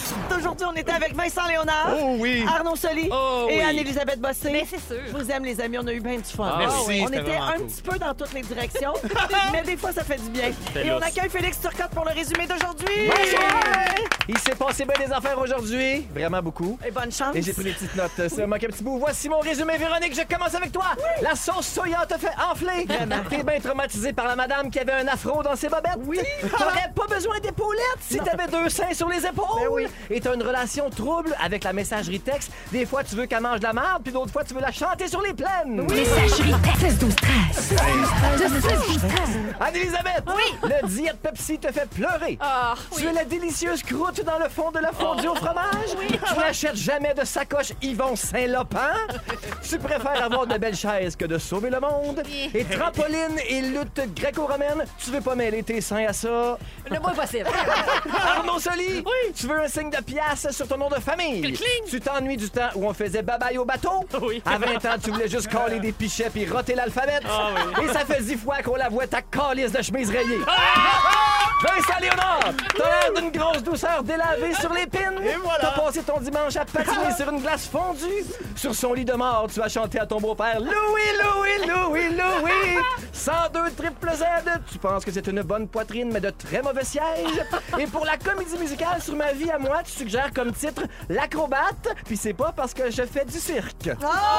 Aujourd'hui, on était avec Vincent Léonard, Oh oui. Arnaud Soli Oh et oui. Anne-Élisabeth Bossé. Mais c'est sûr. Je vous aime, les amis. On a eu bien du fun. Ah, Merci, On c'était était vraiment un cool. petit peu dans toutes les directions, mais des fois, ça fait du bien. Et on lousse. accueille Félix Turcotte pour le résumé d'aujourd'hui. Il s'est passé bien des affaires aujourd'hui. Vraiment beaucoup. Et bonne chance. Et j'ai pris des petites notes. C'est un petit bout. Voici mon résumé, Véronique. Je commence avec toi. La sauce soya te fait enfler. T'es bien traumatisé par la madame qui avait un afro dans ses bobettes. Oui. T'aurais pas besoin d'épaulettes si t'avais deux seins sur les épaules. Ben oui. Et t'as une relation trouble avec la messagerie texte. Des fois, tu veux qu'elle mange de la merde, puis d'autres fois, tu veux la chanter sur les plaines. Messagerie texte. seize douze treize. seize douze treize. Anne-Élisabeth. Oui. Le diète Pepsi te fait pleurer. Ah, Tu veux la délicieuse croûte dans le fond de la fondue au fromage? Oui. Tu n'achètes jamais de sacoche Yvon Saint-Lopin? Tu préfères avoir de belles chaises que de sauver le monde? Et trampoline et lutte gréco-romaine, tu veux pas mêler tes seins à ça? le moins possible. Arnaud Soli, tu veux un signe de pièce sur ton nom de famille? Tu t'ennuies du temps où on faisait babaye au bateau? Oui. À vingt ans, tu voulais juste coller des pichets puis roter l'alphabet? Et ça fait dix fois qu'on la voit ta calice de chemise rayée. Vincent Léonard, t'as l'air d'une grosse douceur délavée sur les pins. Et voilà. T'as passé ton dimanche à patiner sur une glace fondue. Sur son lit de mort, tu as chanté à ton beau-père Louis, Louis, Louis, Louis. cent deux triple Z, tu penses que c'est une bonne poitrine, mais de très mauvais siège. Et pour la comédie musicale sur ma vie à moi, tu suggères comme titre L'acrobate, puis c'est pas parce que je fais du cirque.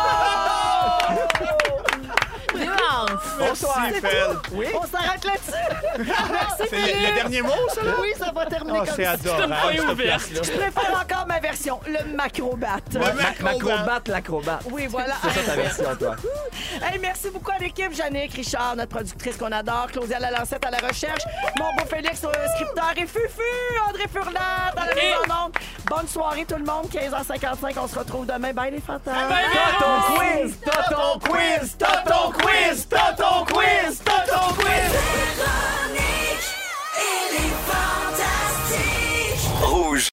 Nuance. Bonsoir. Merci, Fel. Oui. On s'arrête là-dessus. Merci, C'est le, Félix. le dernier mot, ça, là? Oui, ça va terminer Oh, comme c'est ça. adorable, Feuille cette ouverte. place-là. Je préfère encore ma version, le macrobat. Macrobate, l'acrobate. Oui, voilà. C'est ça ta version, toi. Hey, merci beaucoup à l'équipe. Jannick Richard, notre productrice qu'on adore. Claudia Lalancette à la recherche. Mon beau Félix, au scripteur. Et Fufu, André Furlat à la mise en onde. Bonne soirée, tout le monde. quinze heures cinquante-cinq, on se retrouve demain. Bye, les fantasmes. T'as ton quiz! T'as ton quiz! T'as ton quiz! T'as ton quiz! T'as ton quiz! Véronique, elle est fantastique. Rouge.